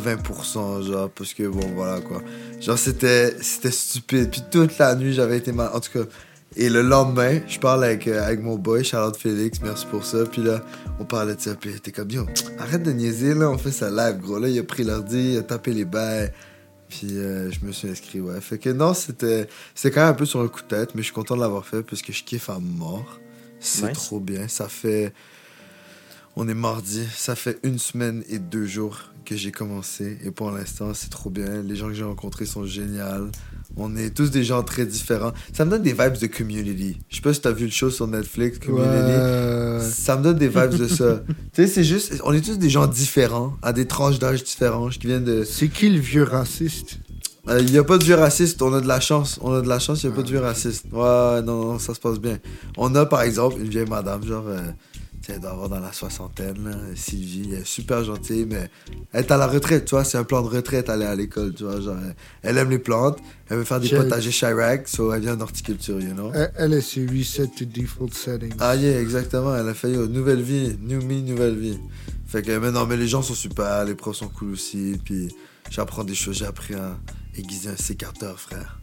80%, genre, parce que bon, voilà, quoi. Genre, c'était stupide. Puis toute la nuit, j'avais été mal. En tout cas, et le lendemain, je parle avec mon boy, Charlotte Félix, merci pour ça. Puis là, on parlait de ça. Puis il était comme, yo, arrête de niaiser, là, on fait ça live, gros. Là, il a pris l'ordi, il a tapé les bails. Puis je me suis inscrit, ouais. Fait que non, c'était quand même un peu sur le coup de tête, mais je suis content de l'avoir fait parce que je kiffe à mort. C'est Nice. trop bien. Ça fait... On est mardi. Ça fait 1 semaine et 2 jours que j'ai commencé. Et pour l'instant, c'est trop bien. Les gens que j'ai rencontrés sont géniaux. On est tous des gens très différents. Ça me donne des vibes de Community. Je sais pas si t'as vu le show sur Netflix, Community. Ouais. Ça me donne des vibes de ça. Tu sais, c'est juste... On est tous des gens différents, à des tranches d'âge différents, qui viennent de... C'est qui le vieux raciste? Il n'y a pas de vieux raciste, on a de la chance. Il n'y a pas de vieux raciste. Ouais, non, ça se passe bien. On a par exemple une vieille madame, genre, elle doit avoir dans la soixantaine, là, Sylvie, elle est super gentille, mais elle est à la retraite, tu vois, c'est un plan de retraite, aller à l'école, tu vois, genre, elle aime les plantes, elle veut faire des J'ai- potagers Chirac, so elle vient d'horticulture, you know. Elle est sur reset to default settings. Ah yeah, exactement, elle a fait nouvelle vie, new me, nouvelle vie. Fait que, mais non, mais les gens sont super, les profs sont cool aussi, puis j'apprends des choses, j'ai appris à aiguiser un sécateur, frère.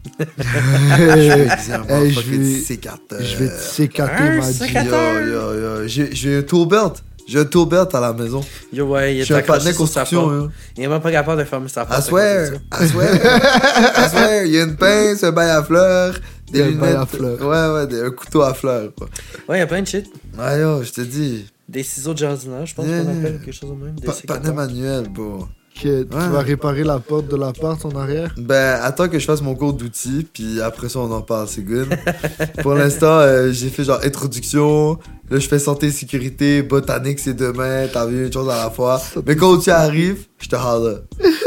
Aiguiser un Hey, motherfucking sécateur. Je vais te sécater, ma G. Yo, j'ai un tour belt. J'ai un tour belt à la maison. Yo, ouais, il Je est suis un accroché patinet sur sa construction, porte. yo. Il est même pas capable de fermer sa porte. I swear, I swear, il y a une pince, un bail à fleurs, des Un bail lunettes. à fleurs. Ouais, un couteau à fleurs, quoi. Ouais, il y a plein de shit. Ouais, yo, je te dis. Des ciseaux de jardinage, je pense Yeah. qu'on appelle quelque chose de même. Des Pas sécateurs. manuel, bon. Que tu Ouais. vas réparer la porte de l'appart en arrière? Ben, attends que je fasse mon cours d'outils, puis après ça, on en parle, c'est good. Pour l'instant, j'ai fait genre introduction, là, je fais santé et sécurité, botanique, c'est demain, t'as vu une chose à la fois. Mais quand tu arrives, je te holla.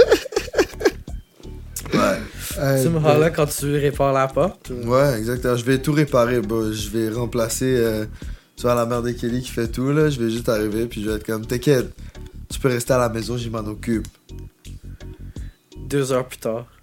Ouais. Tu me rends quand tu répares la porte. ou- Ouais, exactement. Je vais tout réparer. Bon, je vais remplacer, tu vois, la mère de Kelly qui fait tout, là. Je vais juste arriver, puis je vais être comme, t'inquiète, tu peux rester à la maison, j'y m'en occupe. 2 heures plus tard.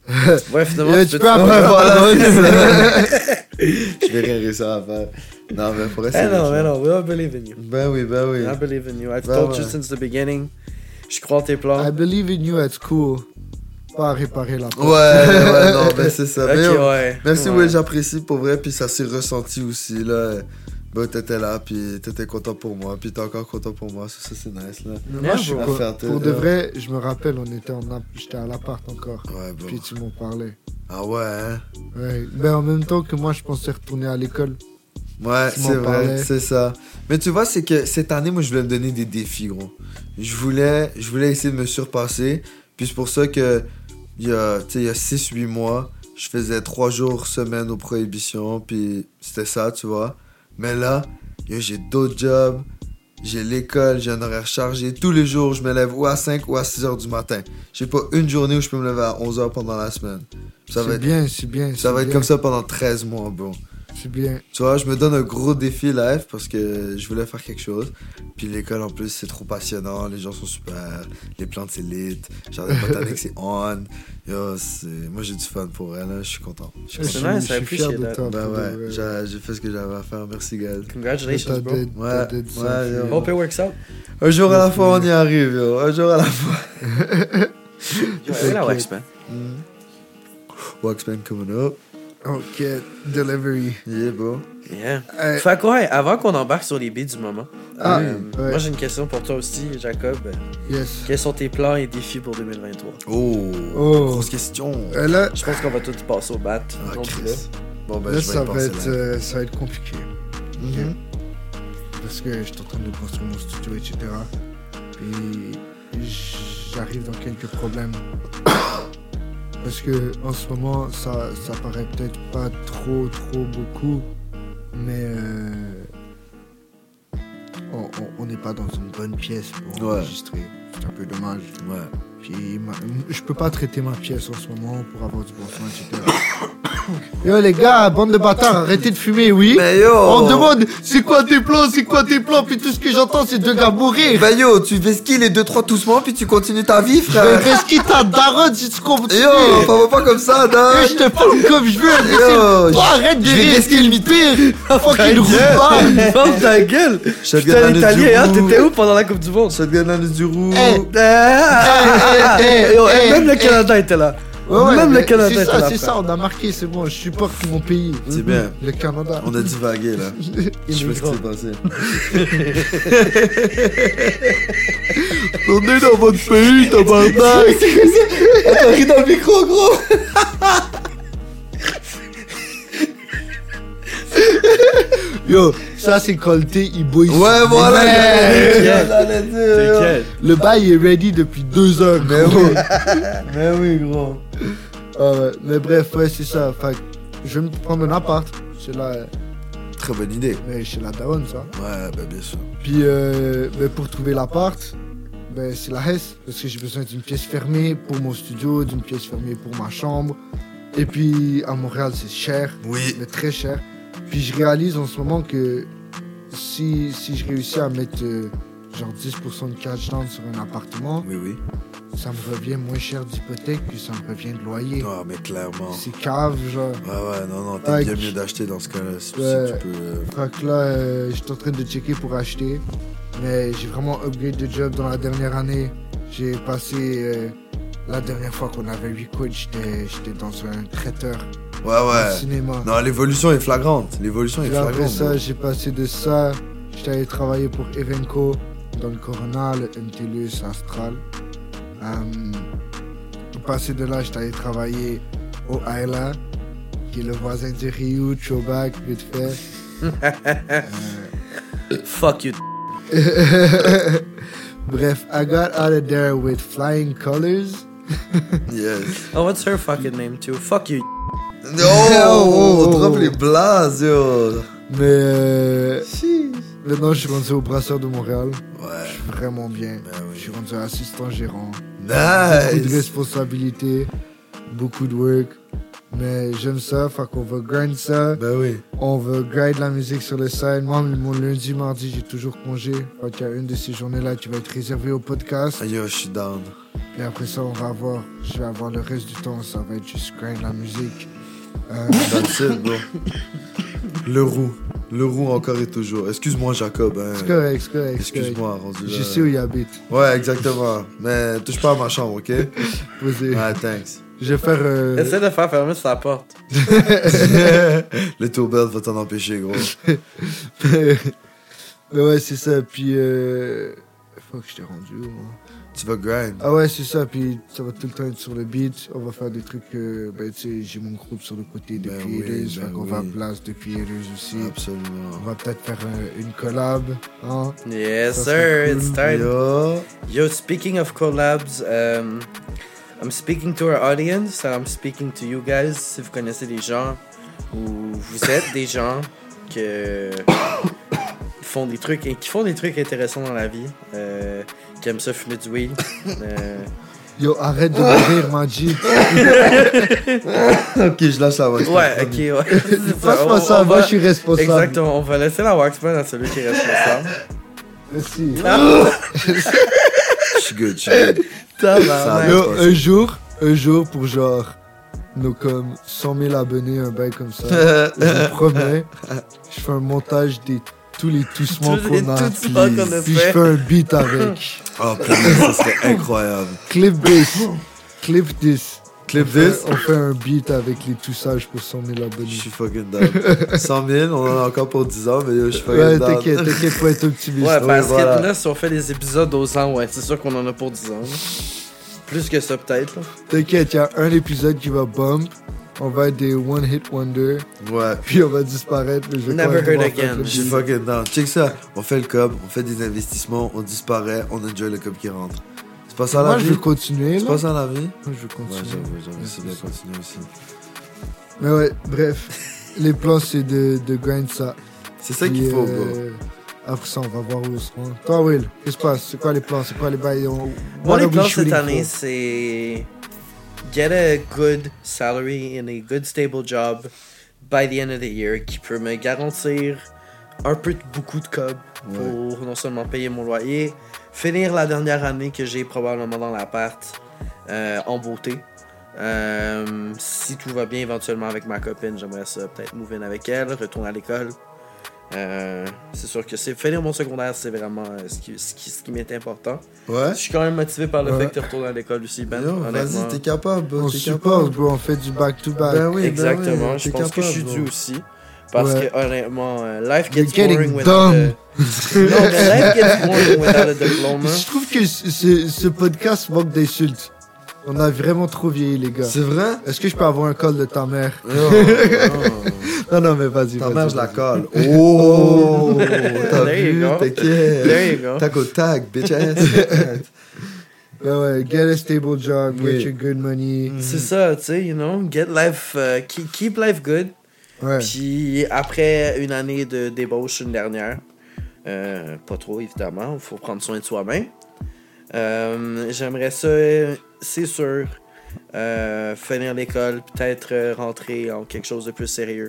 Ouais, finalement, Tu tu peux peux... apprendre. Ouais, voilà, c'est ça. Je vais rien réussir à faire. Non, mais pour rester. Mais non, we all believe in you. Ben oui. I believe in you. I've Ben told you ouais. since the beginning. Je crois en tes plans. I believe in you at school. Pas à réparer la porte. Ouais, non, ben c'est ça. Ok, Mais yo, ouais. merci, Ouais. Will, j'apprécie pour vrai, puis ça s'est ressenti aussi, là. Ben, t'étais là, puis t'étais content pour moi, puis t'es encore content pour moi, ça c'est nice, là. Mais Yeah, moi, je suis bro. pas- Faire pour de vrai, je me rappelle, j'étais à l'appart encore. Ouais, bon. Puis tu m'en parlais. Ah ouais, hein? Ouais. Ben, en même temps que moi, je pensais retourner à l'école. Ouais, Tu c'est m'en vrai, parlais. c'est ça. Mais tu vois, c'est que cette année, moi, je voulais me donner des défis, gros. Je voulais essayer de me surpasser, puis c'est pour ça que, il y a 6-8 mois, je faisais 3 jours semaine aux prohibitions, puis c'était ça, tu vois. Mais là, yo, j'ai d'autres jobs, j'ai l'école, j'ai un horaire chargé. Tous les jours, je me lève ou à 5 ou à 6 heures du matin. J'ai pas une journée où je peux me lever à 11 heures pendant la semaine. Ça va C'est être, bien, c'est bien. ça va être comme ça pendant 13 mois, bon. C'est bien. Tu vois, je me donne un gros défi live parce que je voulais faire quelque chose. Puis l'école, en plus, c'est trop passionnant. Les gens sont super. Les plantes, c'est lit. Jardin botanique, c'est on. Yo, moi, j'ai du fun pour elle. Là. Je suis content. Je suis C'est content. nice, I je suis fier appreciate de that. toi. Ben pour de ouais, vrai. j'ai fait ce que j'avais à faire. Merci, guys. Congratulations, bro. Ouais, yo. Hope it works out. Un jour à la fois, on y arrive, yo. Un jour à la fois. Ouais, la Waxman. Waxman coming up. Ok, delivery. Yeah, bro. Yeah. Euh, Fait que ouais, avant qu'on embarque sur les beats du moment, Ah, ouais. moi j'ai une question pour toi aussi, Jacob. Yes. Quels sont tes plans et défis pour 2023? Oh, Oh. grosse question. Là, Je pense qu'on va tous passer au bat. Ah, rendu là. Chris. Bon, ben, là, je vais ça, y va penser, être, là. ça va être compliqué. Mhm. Parce que je suis en train de construire mon studio, etc. Puis j'arrive dans quelques problèmes. Parce que en ce moment, ça paraît peut-être pas trop beaucoup, mais on n'est pas dans une bonne pièce pour Ouais. enregistrer. C'est un peu dommage. Ouais. Puis je peux pas traiter ma pièce en ce moment pour avoir du bon son, etc. Yo les gars, bande de bâtards, arrêtez de fumer, oui. Mais yo! On me demande c'est quoi tes plans, puis tout ce que j'entends c'est deux gars mourir. Bah yo, tu vesquilles les 2-3 doucement, puis tu continues ta vie, Mais frère. qu'est-ce qui t'a daronne si tu continues? Yo, parle pas comme ça, Yo, dog. je te parle comme je veux. Yo, Toi, arrête de je vais rire, risquer c'est le pire. Fucking roubard. Ferme ta gueule! Shotgun Putain, dans le l'italien, hein, Duro. t'étais où pendant la Coupe du Monde? Shotgun dans le Duro. Yo, même le Canada était là. Ouais, Même mais le Canada c'est était ça, là. c'est ça, on a marqué, c'est bon, je supporte mon pays. C'est bien. Le Canada. On a divagué, là. Je sais pas ce qui s'est passé. On est dans votre pays, tabarnak. Attends, ris dans le micro, gros. Yo, ça c'est colté, il bouille. Ouais, voilà. T'inquiète. J'allais dire. T'inquiète. Le bail est ready depuis 2 heures. Mais gros. oui. Mais oui, gros. Ah ouais, mais bref, ouais, c'est ça. Fait que je vais me prendre un appart. C'est là, Très bonne idée. mais chez la daronne, ça. Ouais, bah bien sûr. Puis ben, pour trouver l'appart, ben, c'est la Hesse. Parce que j'ai besoin d'une pièce fermée pour mon studio, d'une pièce fermée pour ma chambre. Et puis à Montréal, c'est cher, Oui. mais très cher. Puis je réalise en ce moment que si je réussis à mettre genre 10% de cash down sur un appartement, Oui, oui. ça me revient moins cher d'hypothèque, puis ça me revient de loyer. Non, mais clairement. C'est cave, genre. Ouais, non, t'es Ouais, bien que- mieux d'acheter dans ce cas-là. Si Ouais. tu peux. Fait que là, je suis en train de checker pour acheter. Mais j'ai vraiment upgrade de job dans la dernière année. J'ai passé... la dernière fois qu'on avait record, j'étais dans un traiteur Ouais, de ouais. cinéma. Non, l'évolution est flagrante. L'évolution est Puis après flagrante. ça, bro. j'ai passé de ça. J'étais allé travailler pour Evenco dans le Corona, le MTLUS Astral. Passé de là, j'étais allé travailler au Ayla, qui est le voisin de Ryu, Chobak, vite fait. Fuck you. Bref, I got out of there with flying colors. Yes. Oh, what's her fucking name too? Fuck you. Oh, drop les blazes, yo. Mais maintenant, je suis rendu au Brasseur de Montréal. Ouais. Je suis vraiment bien. Ben oui. Je suis rendu assistant gérant. Beaucoup de Nice. responsabilités, beaucoup de work. Mais j'aime ça, fait qu'on va grind ça. Ben oui. On va grind la musique sur le side. Moi, mon lundi, mardi, j'ai toujours congé. Fait qu'il y a une de ces journées-là qui va être réservée au podcast. Ah, yo, je suis down. Et après ça, je vais avoir le reste du temps, ça va être juste grind la musique. That's it, bro. Le roux encore et toujours. Excuse-moi, Jacob. Hein. C'est correct, c'est correct. Excuse-moi, rendu là. Je sais où il habite. Ouais, exactement. Mais touche pas à ma chambre, ok? Posé. Ouais, thanks. Je vais faire... Essaie de faire fermer sa porte. Le tourbillon va t'en empêcher, gros. Mais ouais, c'est ça. Puis... Fuck, je t'ai rendu où, moi? Tu vas grind. Ah ouais, c'est ça. Puis ça va tout le temps être sur le beat. On va faire des trucs... ben, tu sais, j'ai mon groupe sur le côté de Ben Creators. oui, fait ben qu'on va oui. blast de Creators aussi. Absolument. On va peut-être faire une collab. Hein? Yes, Ça sir. serait It's cool. time. Yo. Yo, speaking of collabs, I'm speaking to our audience, and I'm speaking to you guys. Si vous connaissez des gens ou vous êtes des gens qui font des trucs intéressants dans la vie, qui aiment ça fumer du weed. Yo, arrête de mourir, Manji. Ok, je lâche la voix. Ouais, ok, ouais. C'est Passe-moi ça, moi je suis responsable. Exactement, on va laisser la Waxman à celui qui est responsable. Merci. Je suis good, je suis good. Tabarnak. Yo, un jour, pour genre nos comme 100 000 abonnés, un bail comme ça, je vous promets, je fais un montage de tous les toussements Tous les qu'on a, toussements qu'on a puis je fait. fais un beat avec. Oh, putain, ça serait incroyable. Clip this. Clip this. Clip this. On fait un beat avec les toussages pour 100 000 Je abonnés. suis fucking down. 100 000, on en a encore pour 10 ans, mais yo, je suis Ouais, fucking down. t'inquiète, faut être optimiste. Ouais, parce voilà. que là, si on fait des épisodes aux ans, ouais, c'est sûr qu'on en a pour 10 ans. là. Plus que ça, peut-être. Là. T'inquiète, il y a un épisode qui va bump. On va être des one hit wonder, Ouais. puis on va disparaître. Mais je vais Never quand même heard pouvoir again. faire le Je suis beat. fucking down. Check ça. On fait le cob, on fait des investissements, on disparaît, on enjoy le cob qui rentre. C'est pas ça la Moi, je vie? veux continuer. C'est là. pas ça la vie? Moi, je veux Ouais, continuer. j'avoue, c'est bien continuer aussi. Mais ouais, bref. Les plans, c'est de grind ça. C'est ça qu'il Puis, faut, bro. Après ça, on va voir où on se rend. Toi, Will, qu'est-ce qui se passe? C'est quoi les plans? C'est quoi les bails? Moi, What les are we plans cette shooting année, for? c'est get a good salary in a good stable job by the end of the year qui peut me garantir beaucoup de cob pour non seulement payer mon loyer, finir la dernière année que j'ai probablement dans l'appart en beauté. Si tout va bien éventuellement avec ma copine, j'aimerais ça peut-être move in avec elle, retourner à l'école. C'est sûr que finir mon secondaire, c'est vraiment ce qui m'est important. Ouais? Je suis quand même motivé par le Ouais. fait que de retourner à l'école aussi, Ben. Yo, honnêtement. vas-y, t'es capable, bro. On T'es supporte, capable. bro. On fait du back-to-back. Ben oui, ben Exactement, oui, je t'es pense que je suis capable, dû bro. aussi. Parce Ouais. que honnêtement, life You're gets getting boring without dumb. non, mais life gets boring without a diploma. Je trouve que ce podcast manque d'insultes. On a vraiment trop vieilli, les gars. C'est vrai? Est-ce que je peux avoir un call de ta mère? Yo, Non, mais vas-y. ta vas-y, mère, je la vas-y. colle. Oh! T'as There you vu? go. T'inquiète. There you go. Tac au tac, bitch ass. Ben ouais, get a stable job, Oui. get your good money. C'est ça, tu sais, you know, get life, keep life good. Ouais. Puis après une année de débauche, une dernière, pas trop évidemment, il faut prendre soin de soi-même. J'aimerais ça, c'est sûr, finir l'école, peut-être rentrer en quelque chose de plus sérieux.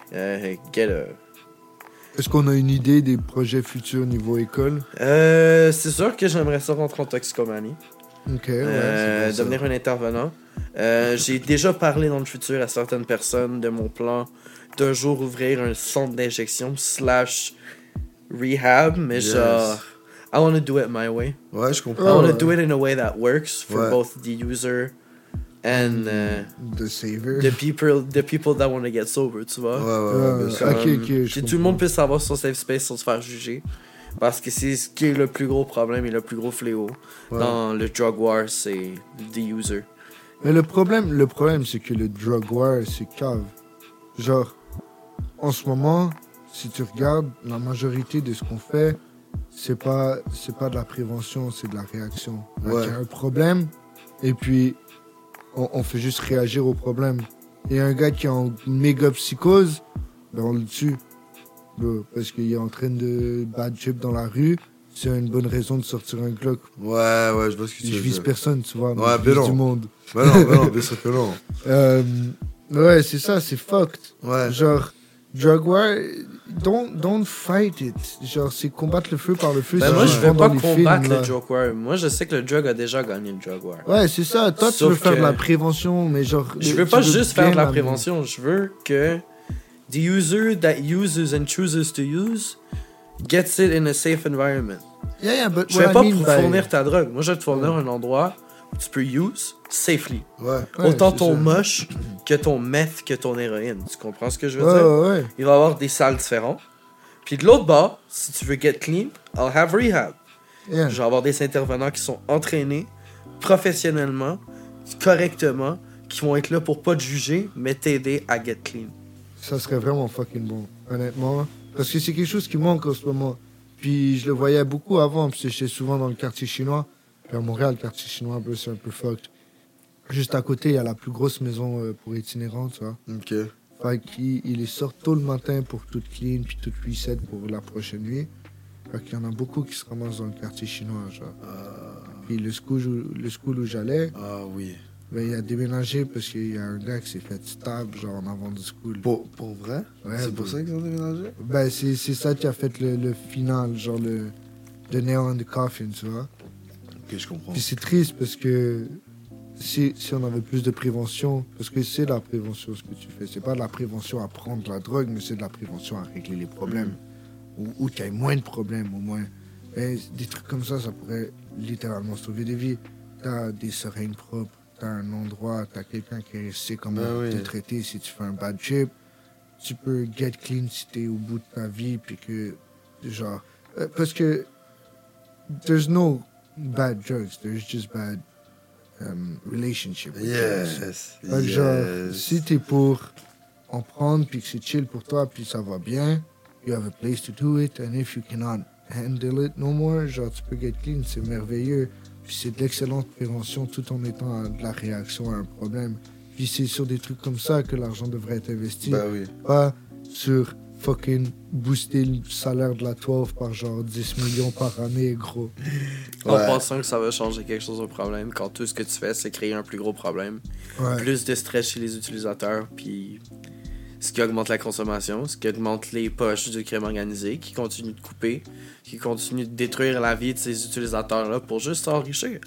Est-ce qu'on a une idée des projets futurs niveau école? C'est sûr que j'aimerais ça rentrer en toxicomanie. Ok, ouais. c'est bon, ça. Devenir un intervenant. J'ai déjà parlé dans le futur à certaines personnes de mon plan d'un jour ouvrir un centre d'injection / rehab, mais Yes. genre, I want to do it my way. Ouais, je I comprends. want to ouais. do it in a way that works for Ouais. both the user and The saver. the people that want to get sober, tu vois. Ouais, ouais, bien sûr. Ok, Comme, ok, je que tout comprends. le monde puisse avoir son safe space sans se faire juger. Parce que c'est ce qui est le plus gros problème et le plus gros fléau Ouais. dans le drug war, c'est the user. Mais le problème, c'est que le drug war, c'est cave. Genre, en ce moment, si tu regardes, la majorité de ce qu'on fait, c'est pas de la prévention, c'est de la réaction. Donc, Ouais. il y a un problème, et puis on fait juste réagir au problème. Et un gars qui est en méga psychose, ben on le tue. Parce qu'il est en train de bad trip dans la rue, c'est une bonne raison de sortir un Glock. Ouais, ouais, je vois ce que tu Je veux vise dire. personne, tu vois, mais Ouais, je mais vise non. du monde. Ben non, bien sûr que non. Ouais, c'est ça, c'est fucked. Ouais. Genre, drug war, don't fight it. Genre, c'est combattre le feu par le feu. Ben c'est moi, ce je qu'ils vais font pas dans les combattre films, le là. drug war. Moi, je sais que le drug a déjà gagné le drug war. Ouais, c'est ça. Toi, tu Sauf veux faire que- de la prévention, mais genre. Je veux tu pas juste faire bien de la l'amener. prévention. Je veux que the user that uses and chooses to use gets it in a safe environment. Yeah, but Je what vais I pas mean pour by- fournir ta drogue. Moi, je vais te fournir un endroit où tu peux use safely. Ouais. Ouais, Autant c'est ton ça. moche que ton meth que ton héroïne. Tu comprends ce que je veux Ouais, dire? ouais, ouais. Il va y avoir des salles différentes. Puis de l'autre bord, si tu veux get clean, I'll have rehab. Yeah. Je vais avoir des intervenants qui sont entraînés professionnellement, correctement, qui vont être là pour pas te juger, mais t'aider à get clean. Ça serait vraiment fucking bon, honnêtement. Parce que c'est quelque chose qui manque en ce moment. Puis je le voyais beaucoup avant, parce que j'étais souvent dans le quartier chinois. Puis à Montréal, le quartier chinois, un peu, c'est un peu fucked. Juste à côté, il y a la plus grosse maison pour itinérants, tu vois. Ok. Fait qu'il les sort tôt le matin pour tout clean, puis tout reset pour la prochaine nuit. Fait qu'il y en a beaucoup qui se ramassent dans le quartier chinois, genre. Puis le school où j'allais, Ah oui. ben, il a déménagé parce qu'il y a un gars qui s'est fait stab, genre, en avant du school. Pour vrai? Ouais, C'est pour ça qu'ils ont déménagé? Ben, c'est ça qui a fait le final, genre le nail in the coffin, tu vois. Ok, je comprends. Puis c'est triste parce que si on avait plus de prévention, parce que c'est de la prévention ce que tu fais, c'est pas de la prévention à prendre la drogue, mais c'est de la prévention à régler les problèmes. Ou qu'il y ait moins de problèmes, au moins. Et des trucs comme ça pourrait littéralement sauver des vies. T'as des seringues propres, t'as un endroit, t'as quelqu'un qui sait comment Ben oui. te traiter si tu fais un bad trip. Tu peux get clean si t'es au bout de ta vie, puis que, genre... parce que there's no bad drugs, there's just bad relationship with drugs. Yes. Fait que genre, si t'es pour en prendre, puis que c'est chill pour toi, puis ça va bien, you have a place to do it, and if you cannot handle it no more, genre, tu peux get clean, c'est merveilleux. Puis c'est de l'excellente prévention tout en étant de la réaction à un problème. Puis c'est sur des trucs comme ça que l'argent devrait être investi, Bah oui. pas sur fucking booster le salaire de la 12 par genre 10 millions par année, gros. En Ouais. pensant que ça va changer quelque chose au problème, quand tout ce que tu fais, c'est créer un plus gros problème. Ouais. Plus de stress chez les utilisateurs, puis ce qui augmente la consommation, ce qui augmente les poches du crime organisé, qui continue de couper, qui continue de détruire la vie de ces utilisateurs-là pour juste s'enrichir.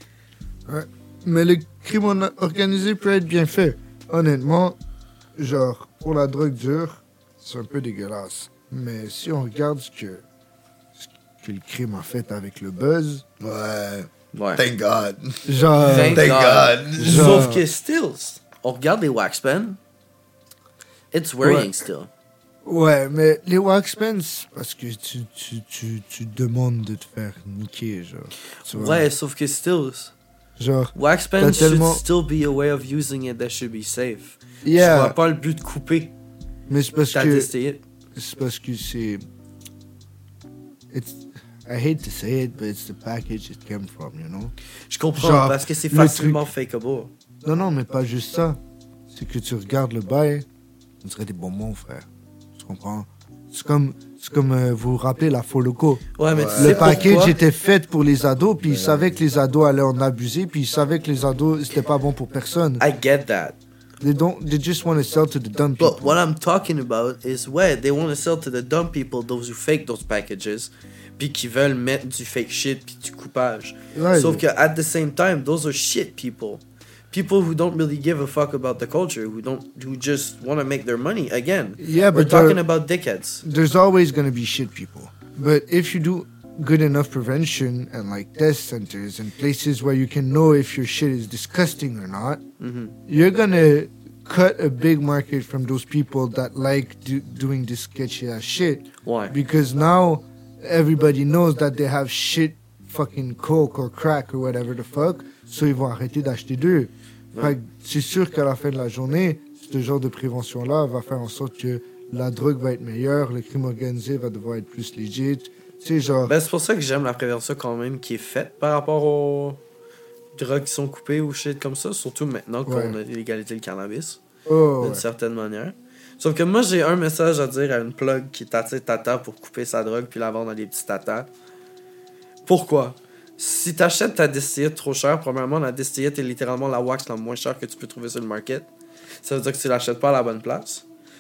Mais le crime organisé peut être bien fait. Honnêtement, genre, pour la drogue dure, c'est un peu dégueulasse. Mais si on regarde ce que le crime a fait avec le buzz, Ouais. Ouais. Thank God. genre... Thank Thank God. God. Genre- Sauf que stills, on regarde les wax pens, it's worrying Ouais. still. Ouais, mais les waxpens, c'est parce que tu demandes de te faire niquer, genre. Tu vois? Ouais, sauf que stills, Genre, wax pens T'as should tellement- still be a way of using it that should be safe. Je vois yeah, pas le but de couper mais c'est parce ta que... distillate. C'est parce que c'est... I hate to say it, but it's the package it came from, you know? Je comprends, Genre, parce que c'est le facilement fakeable. Non, mais pas juste ça. C'est que tu regardes le bail, on dirait des bonbons, frère. Tu comprends? C'est comme vous vous rappelez la Foloco. Ouais, mais tu Ouais. sais Le package pourquoi? était fait pour les ados, puis ils savaient que les ados allaient en abuser, puis ils savaient que les ados, c'était pas bon pour personne. I get that. They just want to sell to the dumb people. But what I'm talking about is where they want to sell to the dumb people, those who fake those packages, puis qui veulent mettre du fake shit puis du coupage. Ouais, Sauf que at the same time, those are shit people. People who don't really give a fuck about the culture, who just want to make their money. Again, Yeah, we're but talking about dickheads. there's always going to be shit people. But if you do good enough prevention and like test centers and places where you can know if your shit is disgusting or not, Mhm. you're going to cut a big market from those people that like doing this sketchy ass shit. Ouais. Because now everybody knows that they have shit fucking coke or crack or whatever the fuck, so ils vont arrêter d'acheter d'eux. Fait que c'est sûr qu'à la fin de la journée, ce genre de prévention-là va faire en sorte que la drogue va être meilleure, le crime organisé va devoir être plus legit. Tu sais, genre... Ben, c'est pour ça que j'aime la prévention quand même qui est faite par rapport aux drogues qui sont coupées ou shit comme ça, surtout maintenant qu'on Ouais. a légalisé le cannabis, oh, d'une ouais. certaine manière. Sauf que moi, j'ai un message à dire à une plug qui t'attire tata pour couper sa drogue puis la vendre dans des petits tatas. Pourquoi? Si t'achètes ta distillate trop cher, premièrement, la distillate est littéralement la wax la moins chère que tu peux trouver sur le market. Ça veut dire que tu l'achètes pas à la bonne place.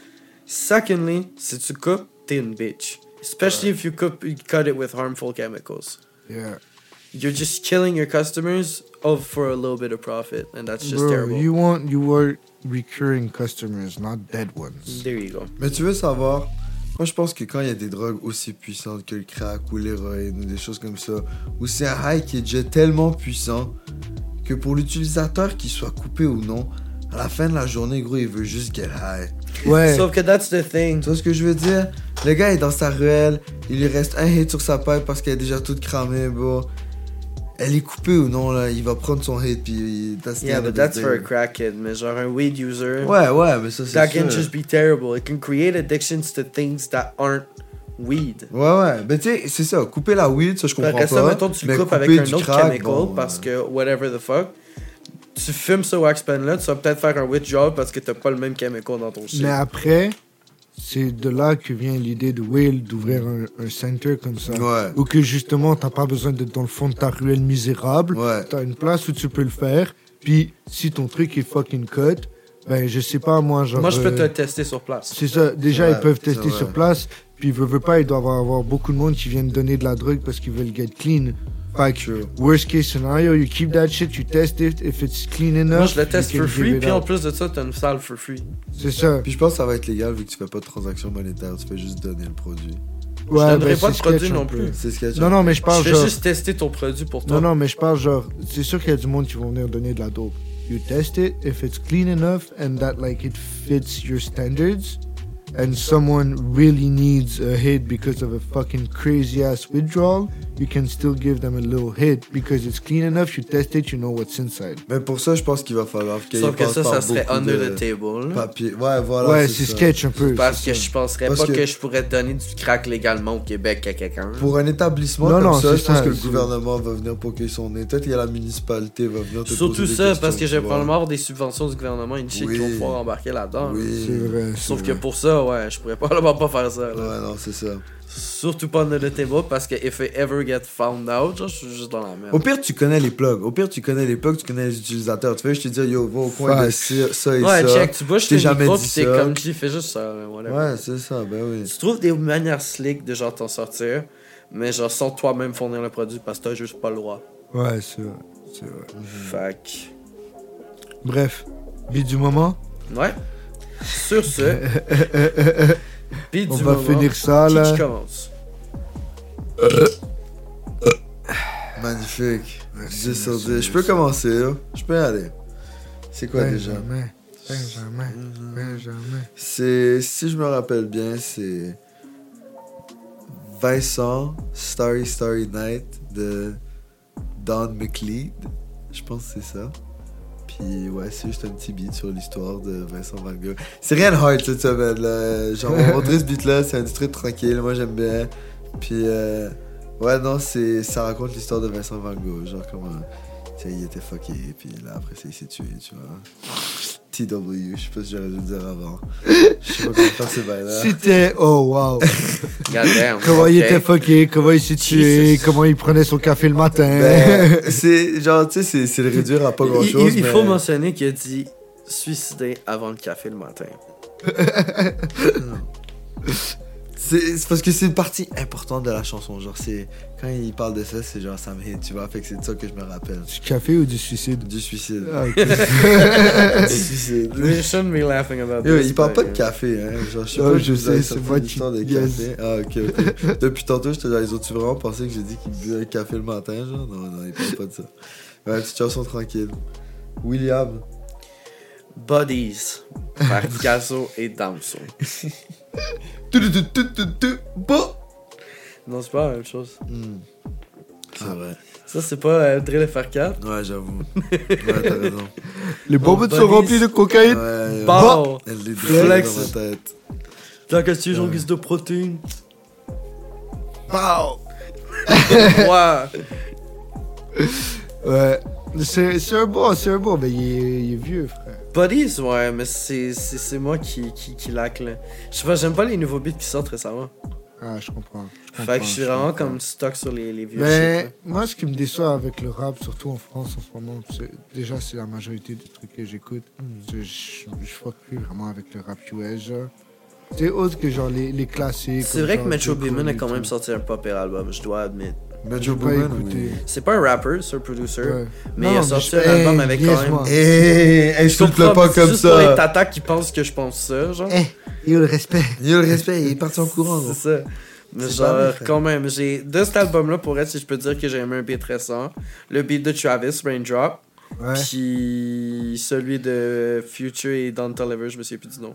Secondly, si tu coupes, t'es une bitch. Especially if you cut it with harmful chemicals. Yeah. You're just killing your customers for a little bit of profit, and that's just Bro, terrible. you want recurring customers, not dead ones. There you go. Mais tu veux savoir, moi je pense que quand il y a des drogues aussi puissantes que le crack ou l'héroïne ou des choses comme ça, où c'est un high qui est déjà tellement puissant que pour l'utilisateur qu'il soit coupé ou non, à la fin de la journée, gros, il veut juste get high. Ouais. Sauf que that's the thing. Tu vois ce que je veux dire? Le gars est dans sa ruelle, il lui reste un hit sur sa pipe parce qu'elle est déjà toute cramée, bro. Elle est coupée ou non, là, il va prendre son hit, puis that's the Yeah, end but of the that's day. for a crackhead, mais genre un weed user. Ouais, mais ça c'est That sûr. can just be terrible. It can create addictions to things that aren't weed. Ouais, mais tu sais, c'est ça, couper la weed, ça je comprends Après pas. ça, mettons, tu le mais coupes avec couper un du autre crack, chemical bon, parce que whatever the fuck. Tu fumes ce wax pen là, tu vas peut-être faire un withdrawal parce que t'as pas le même chemical dans ton shit. Mais après, c'est de là que vient l'idée de Will d'ouvrir un center comme ça. Ouais. Ou que justement, t'as pas besoin d'être dans le fond de ta ruelle misérable. Ouais. T'as une place où tu peux le faire. Puis si ton truc est fucking cut, ben je sais pas moi, genre. Moi, je peux te le tester sur place. C'est ça. Déjà, Ouais, ils peuvent c'est tester vrai. sur place. Puis veut pas, il doit y avoir beaucoup de monde qui viennent donner de la drogue parce qu'ils veulent get clean. Fait que, True. worst case scenario, you keep that shit, you test it, if it's clean enough. Moi, je le teste you can for give free, it puis en out. plus de ça, t'as une salle for free. C'est ça. Puis je pense que ça va être légal vu que tu fais pas de transaction monétaire, tu fais juste donner le produit. Ouais, donnerai ben, pas c'est de produit sketch un non peu. plus. C'est ce que tu Non, non, mais je parle Je fais genre. juste tester ton produit pour toi. Non, non, mais je parle genre. C'est sûr qu'il y a du monde qui vont venir donner de la dope. You test it, if it's clean enough and that like it fits your standards, and someone really needs a hit because of a fucking crazy ass withdrawal, you can still give them a little hit because it's clean enough. You test it, you know what's inside. Mais pour ça, je pense qu'il va falloir qu'il Sauf que passe ça par serait beaucoup under de the table. là. papier. Ouais, voilà. Ouais, c'est ça. sketch un peu. Parce c'est que ça. je penserais Parce pas que- que je pourrais te donner du crack légalement au Québec à quelqu'un. Pour un établissement Non, comme non, ça, c'est je pense ça, que le c'est- gouvernement va venir poker son nez. Peut-être qu'il y a la municipalité va venir te Surtout poser des ça, questions, parce que j'ai tu vois. probablement avoir des subventions du gouvernement, une shit Oui. qui vont pouvoir embarquer là-dedans. C'est Oui. vrai. Sauf c'est que vrai. pour ça, ouais, je pourrais probablement pas faire ça. Là. Ouais, non, c'est ça. Surtout pas under the table parce que if I ever get found out, genre, je suis juste dans la merde. Au pire, tu connais les plugs. Tu connais les utilisateurs. Tu fais, je te dis, yo, va au coin de Facts. ça et Ouais, ça. check, tu bouges Je t'ai tes jamais micros dit pis t'es ça. comme qui fait juste ça, whatever. Ouais, c'est ça, ben oui. Tu trouves des manières slick de genre t'en sortir, mais genre sans toi-même fournir le produit parce que t'as juste pas le droit. Ouais, c'est vrai. C'est vrai. Fait que... Bref, bide du moment. Ouais. Sur ce, pis On du va moment, finir ça, là. qui commence? Magnifique. Merci, 10 sur merci, 10. Je peux merci. commencer, là. Je peux y aller. C'est quoi déjà? Benjamin. C'est, si je me rappelle bien, c'est Vincent Starry Starry Night de Don McLeod. Je pense que c'est ça. Puis ouais, c'est juste un petit beat sur l'histoire de Vincent Van Gogh. C'est rien de hard cette semaine là. Genre, on va montrer ce beat là, c'est un truc tranquille, moi j'aime bien. Puis ouais, non, ça raconte l'histoire de Vincent Van Gogh. Genre comment, tu sais, il était fucké, puis là après ça il s'est tué, tu vois. TW, je sais pas si j'aurais dû le dire avant. Je sais pas comment faire ces bails-là. C'était. Oh wow. Goddamn. Comment il ok. était fucké, comment il s'est tué, Jesus. comment il prenait son café le matin. Ben, c'est genre, tu sais, c'est le réduire à pas grand chose. Il mais... faut mentionner qu'il a dit suicider avant le café le matin. C'est parce que c'est une partie importante de la chanson. Genre, c'est quand il parle de ça, c'est genre ça me hit, tu vois. Fait que c'est de ça que je me rappelle. Du café ou du suicide? Du suicide. Ah, ok. Du suicide. We shouldn't be laughing about Yo, this. il parle pas but, de café, hein. Genre, je sais Oh, pas, je vous avez sais, sorti c'est moi l'histoire de qui- café. Ah, ok. Depuis tantôt, je te dis, ils ont-tu vraiment pensé que j'ai dit qu'ils buvaient le café le matin, genre? Non, non, ils parlent pas de ça. Ouais, petite chanson tranquille. William. Buddies par Picasso et Damso. Bah! Non, c'est pas la même chose. C'est vrai. Ça, c'est pas Drill FR4. Ouais, j'avoue. Ouais, t'as raison. Les bonbons Buddies. sont remplis de cocaïne. Ouais, Bon. elle les Flex. dans ma tête. Tant que tu es en guise de protéines. Pow! Ouais. Ouais. C'est un bon, mais il est vieux, frère. Buddies, ouais, mais c'est moi qui laque, là. Je sais pas, j'aime pas les nouveaux beats qui sortent récemment. Ah, je comprends. Fait que je suis vraiment comme stock sur les vieux Mais shit, moi, ce qui me déçoit avec le rap, surtout en France en ce moment, déjà, c'est la majorité des trucs que j'écoute. Je fuck plus vraiment avec le rap US, genre. C'est autre que genre les classiques. C'est comme vrai que genre Metro J. Cole Boomin a et quand tout. même sorti un pas pire album, je dois admettre. Metro J'ai pas Boomin, écouté. oui. C'est pas un rapper, c'est un producer. Ouais. Mais Non, il a mais sorti je- un album Hey, avec quand niaise-moi. même. Insulte-le pas C'est comme juste pour être ça. tata qui pense que je pense ça, genre. Yo, le respect. Yo, le respect, il est parti en courant, gros. C'est ça. Mais C'est pas genre, vrai, frère. quand même, de cet album-là, pour être, si je peux dire que j'ai aimé un beat récent, le beat de Travis, Raindrop, Ouais. puis celui de Future et Don Toliver, je me souviens plus du nom.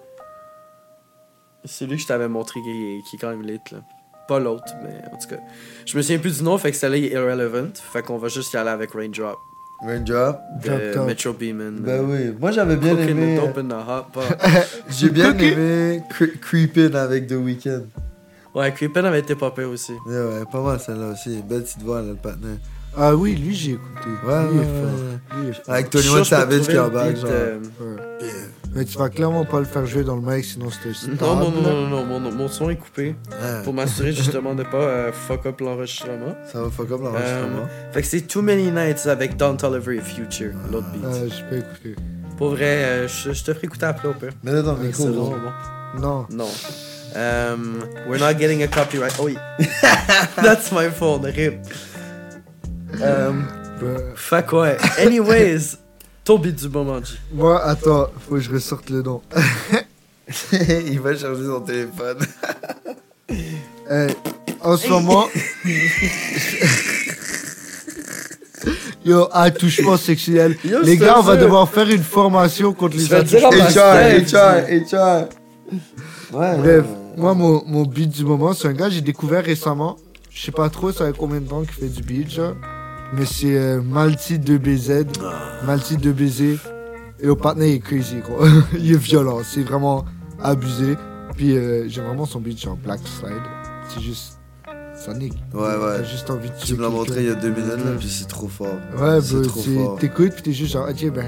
C'est lui que je t'avais montré qui est quand même lit, là. Pas l'autre, mais en tout cas. Je me souviens plus du nom, fait que celle-là est irrelevant, fait qu'on va juste y aller avec Raindrop Raindrop. de Top, top. Metro Boomin. Ben oui, moi j'avais bien Cooking aimé. it up in the hot pot. J'ai bien Cookie. aimé Creepin' avec The Weeknd. Ouais, Creepin' avait été pas pire aussi. Ouais, pas mal celle-là aussi. Belle petite voix, là, le partenaire. Ah oui, lui, j'ai écouté. Ouais, Lui ouais, est fort. ouais. Lui est fort. Avec Je suis 21 sûr que je peux Savage trouver qui le embarque, beat, genre. Ouais. Mais tu vas clairement pas le faire jouer dans le mic, sinon c'était stable. Non, mon son est coupé Ah, pour m'assurer justement de pas fuck up l'enregistrement. ça va fuck up l'enregistrement. Fait que c'est Too Many Nights avec Don Toliver et Future, l'autre beat. J'ai pas écouté. Pour vrai, je te ferai écouter après au pire. Mets-le dans le Ouais, micro, C'est gros. vraiment bon. Non. Non. We're not getting a copyright. Oh oui. That's my phone, rip. Fuck ouais. Anyways, ton beat du moment, G. Moi, attends, faut que je ressorte le nom. Il va charger son téléphone. En ce moment. Yo, attouchement sexuel. Yo, Les je te gars, on va jure. devoir faire une formation contre les Je vais te dire attouchements. en bas. HR. Ouais. Bref, moi, mon beat du moment, c'est un gars que j'ai découvert récemment. Je sais pas trop, ça fait combien de temps qu'il fait du beat, genre. Mais c'est Malti 2BZ. Malti 2BZ. Et au partenaire, il est crazy, gros. Il est violent, c'est vraiment abusé. Puis j'aime vraiment son beat, genre Black Slide. C'est juste. Ça nique. Ouais, T'as ouais. juste envie de Tu tuer me l'as montré il y a 2 minutes, là, quelqu'un. puis c'est trop fort. Ouais, c'est bah, trop fort. t'écoutes, puis t'es juste genre, ok, ben.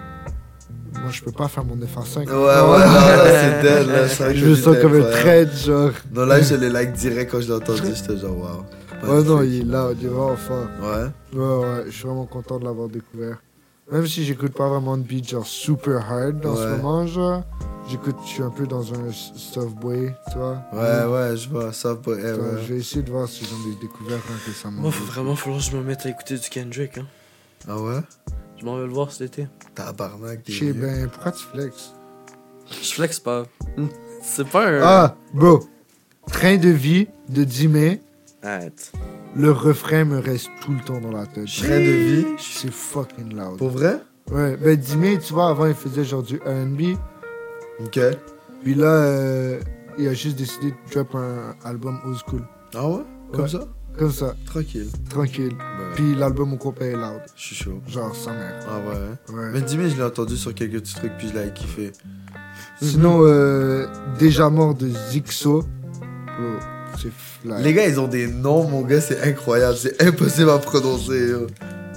Moi, je peux pas faire mon FR5. Ouais, non, c'est dead, là. c'est vrai que Je le me beat sens est comme un incroyable. traître, genre. Non, là, je l'ai like direct quand je l'ai entendu, j'étais genre, waouh. Ouais, non, il est là, il est vraiment fort. Ouais. Ouais, je suis vraiment content de l'avoir découvert. Même si j'écoute pas vraiment de beat genre super hard en ce Ouais. moment, genre. Je suis un peu dans un soft boy, tu vois. Ouais, je vois ça. Ouais, Attends, ouais. Je vais essayer de voir si j'en ai découvert un récemment. Moi, faut vraiment falloir que je me mette à écouter du Kendrick, hein. Ah ouais? Je m'en vais le voir cet été. Tabarnak, t'es Je sais, vieux. ben, pourquoi tu flexes? Je flex pas. C'est pas un. Ah, bro. Train de vie de 10 mai. Arrête. Le refrain me reste tout le temps dans la tête. Train de vie? C'est fucking loud. Pour vrai? Ouais, ben 10 mai, tu vois, avant il faisait genre du R&B. Ok. Puis là, il a juste décidé de drop un album old school. Ah ouais? Comme Ouais. ça? Comme ça, Tranquille. tranquille. Ben, Puis l'album au complet est loud. je suis chaud. Genre sa mère. Ah ouais? Ouais. Mais dis-moi, je l'ai entendu sur quelques petits trucs, puis je l'avais kiffé. Sinon, Déjà mort de Zixo. Bro, c'est fly. Les gars, ils ont des noms, mon gars, c'est incroyable. C'est impossible à prononcer. Yo.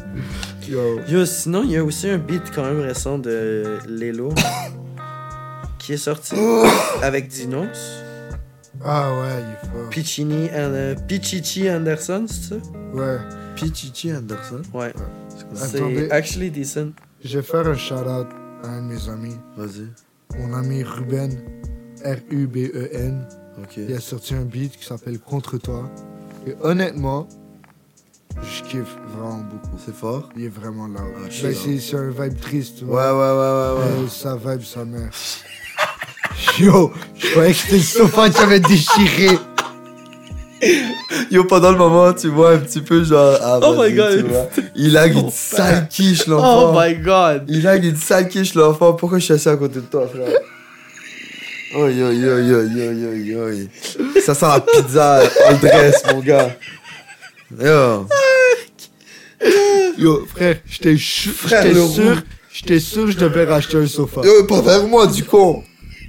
Yo. Yo, sinon, il y a aussi un beat quand même récent de Lelo qui est sorti avec Dinos. Ah ouais, il est fort. Pichichi Anderson, c'est ça? Ouais. Pichichi Anderson. Ouais. C'est Attendez. actually decent. Je vais faire un shout-out à un de mes amis. Vas-y. Mon ami Ruben. R-U-B-E-N. Ok. Il a sorti un beat qui s'appelle Contre toi. Et honnêtement, je kiffe vraiment beaucoup. C'est fort? Il est vraiment loud. Ah, je Ben, sais, c'est un vibe triste, tu Ouais, vois. ouais. Sa vibe, sa mère. Yo, je croyais que c'était le sofa qui avait déchiré. Yo, pendant le moment, tu vois un petit peu genre. Ah, Oh vas-y, my God. tu vois. Il a une sale quiche, Oh l'enfant. my god! Il a une sale quiche, l'enfant. Pourquoi je suis assis à côté de toi, frère? Oi, oi, oi, oi, oi, oi, oi. Ça sent la pizza all dress, mon gars. Yo. Yo, frère, j'étais Frère, le sûr que je devais racheter un sofa. Yo, pas vers moi, du con.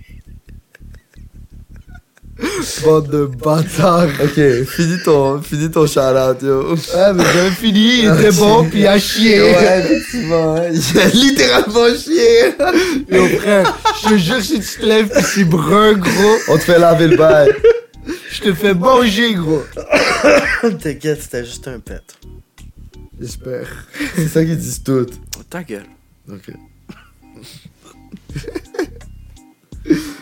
Bande de bâtards. Ok, finis ton shout-out, yo. Ah, mais j'avais fini, il était bon, puis il a chié. Ouais, effectivement, hein. Il a littéralement chié. Yo, frère, je te jure, si tu te lèves, puis c'est brun, gros, On te fait laver le bail. je te fais manger, gros. T'inquiète, c'était juste un pet. J'espère. C'est ça qu'ils disent tout. Ta gueule. Ok.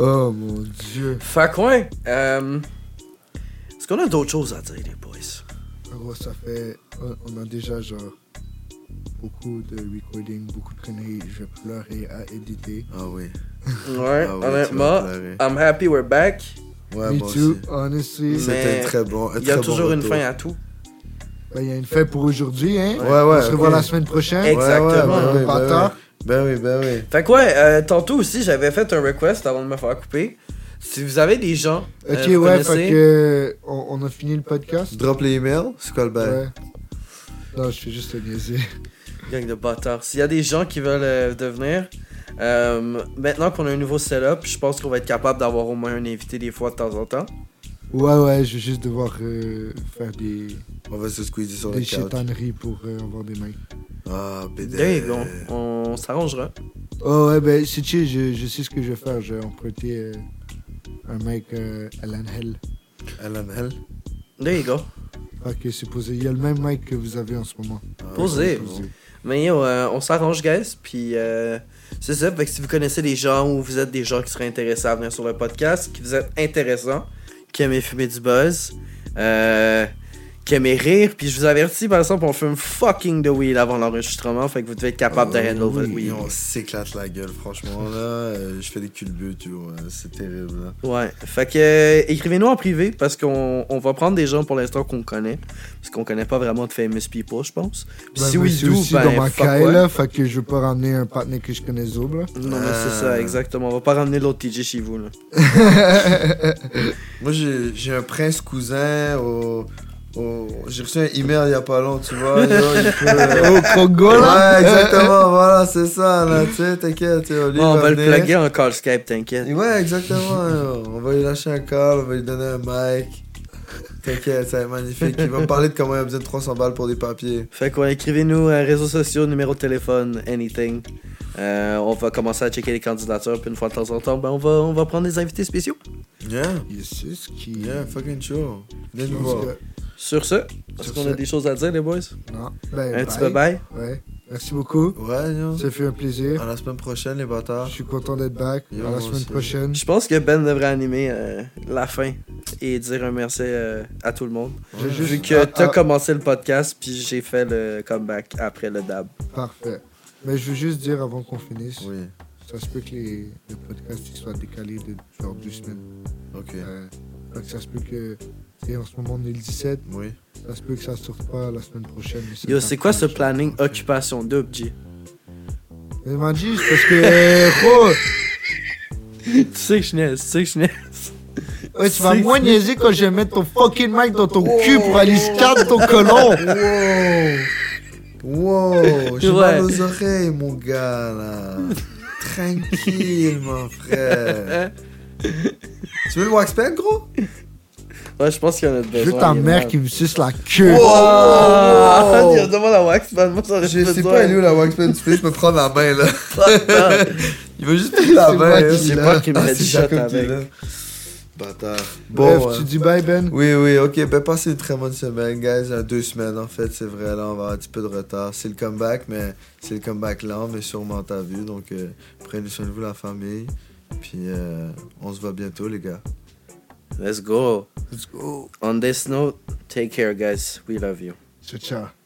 Oh mon dieu. Fait que ouais, est-ce qu'on a d'autres choses à dire, les boys? Gros, ça fait. On a déjà genre beaucoup de recording, beaucoup de conneries. Je vais pleurer à éditer. Ah oui. Ouais, Ah ouais, honnêtement, tu vas pleurer. I'm happy we're back. Ouais, Me moi too, aussi. honestly. Mais C'était très bon. Il y a toujours une fin à tout. Ben, il y a une fin pour aujourd'hui, hein? Ouais, ouais. On se revoit ok. la semaine prochaine. Exactement. Ouais, ouais, Bâtard. ben oui, ben oui. Fait que ouais, tantôt aussi, j'avais fait un request avant de me faire couper. Si vous avez des gens, Ok, vous ouais, connaissez, fait que. On a fini le podcast. Drop les emails, c'est quoi le bail? Ouais. Non, je fais juste te niaiser. gang de bâtards, s'il y a des gens qui veulent devenir, maintenant qu'on a un nouveau setup, je pense qu'on va être capable d'avoir au moins un invité des fois de temps en temps. Ouais, je vais juste devoir faire des On va se squeezer sur le couch. chétaneries pour avoir des mecs. Ah, BD. There you go. On s'arrangera. Oh ouais, ben c'est chill, je sais ce que je vais faire. Je vais emprunter un mec Alan Hell. Alan Hell. There you go. Fait que c'est posé. Il y a le même mic que vous avez en ce moment. Ah, Posé. bon. Mais yo, on s'arrange, guys. Puis c'est ça. Fait que si vous connaissez des gens ou vous êtes des gens qui seraient intéressés à venir sur le podcast, qui vous êtes intéressants, qui aimez fumer du buzz, qui aimez rire, puis je vous avertis, par exemple, on fume fucking de weed avant l'enregistrement, fait que vous devez être capable de handle votre Oui, weed. on s'éclate la gueule, franchement, là. Je fais des culbutes, yo. C'est terrible, là. Ouais, fait que écrivez-nous en privé parce qu'on va prendre des gens pour l'instant qu'on connaît, parce qu'on connaît pas vraiment de famous people, je pense. Puis Ben, si moi, we c'est do, aussi ben dans ma fuck caille ouais. là, fait que je veux pas ramener un partenaire que je connais Zob là. Non, mais c'est ça, exactement. On va pas ramener l'autre TJ chez vous, là. Moi, j'ai un prince cousin j'ai reçu un email il y a pas longtemps, tu vois. Yo, il peut, Au Congo là. Ouais, exactement, voilà, c'est ça, là, tu sais, t'inquiète. Lui, Bon, on va le venir. plugger en call Skype, t'inquiète. Ouais, exactement. Yo. On va lui lâcher un call, on va lui donner un mic. T'inquiète, ça va être magnifique. Il va me parler de comment il a besoin de 300 balles pour des papiers. Fait quoi, écrivez-nous réseaux sociaux, numéro de téléphone, anything. On va commencer à checker les candidatures, puis une fois de temps en temps, ben on va prendre des invités spéciaux. Yeah, C'est ce qui. yeah, fucking chaud. Viens Je nous pense voir. que- Sur ce, est-ce Sur qu'on ce. a des choses à dire, les boys? Non. Ben, Un petit peu bye. Ouais. Merci beaucoup. Ouais, yo. Ça fait un plaisir. À la semaine prochaine, les Je bâtards. suis content d'être back. Yo, À la moi semaine aussi. prochaine. Je pense que Ben devrait animer la fin et dire un merci à tout le monde. J'ai juste- Vu que t'as ah. commencé le podcast, puis j'ai fait le comeback après le dab. Parfait. Mais je veux juste dire avant qu'on finisse, Oui, ça se peut que le podcast il soit décalé de genre 2 semaines. ok. Fait que ça se peut que. Et en ce moment on est le 17, Oui. ça se peut que ça sorte pas la semaine prochaine. mais Yo, c'est quoi ce après. planning occupation double, G? Mais m'a dit, c'est parce que. Tu sais que je niaise. Ouais, tu vas moins niaiser quand je vais mettre ton fucking mic dans ton cul pour aller scanner ton colon. Wow, j'ai Ouais. mal aux oreilles, mon gars, là. Tranquille, mon frère. Tu veux le wax pen, gros? Ouais, je pense qu'il y en a besoin. Je veux ta il est mère malade. qui me suce la queue. Ah, il y a demande la wax, man. Moi, ça aurait Je fait sais besoin. pas, elle est où la wax pen? Tu peux juste me prendre la main, là. Ah, Il veut juste prendre la C'est main. moi hein. qui c'est là. pas qu'il me Ah, l'a c'est dit shot Jacob qui est avec. là. Bâtard. Bref, Bon, tu dis bye Ben. oui, ok, ben passez une très bonne semaine, guys. 2 semaines, en fait, c'est vrai, là, on va avoir un petit peu de retard. C'est le comeback, mais c'est le comeback lent, mais sûrement t'as vu. Donc, prenez soin de vous, la famille. Puis, on se voit bientôt, les gars. Let's go. Let's go. On this note, take care, guys. We love you. Ciao, ciao.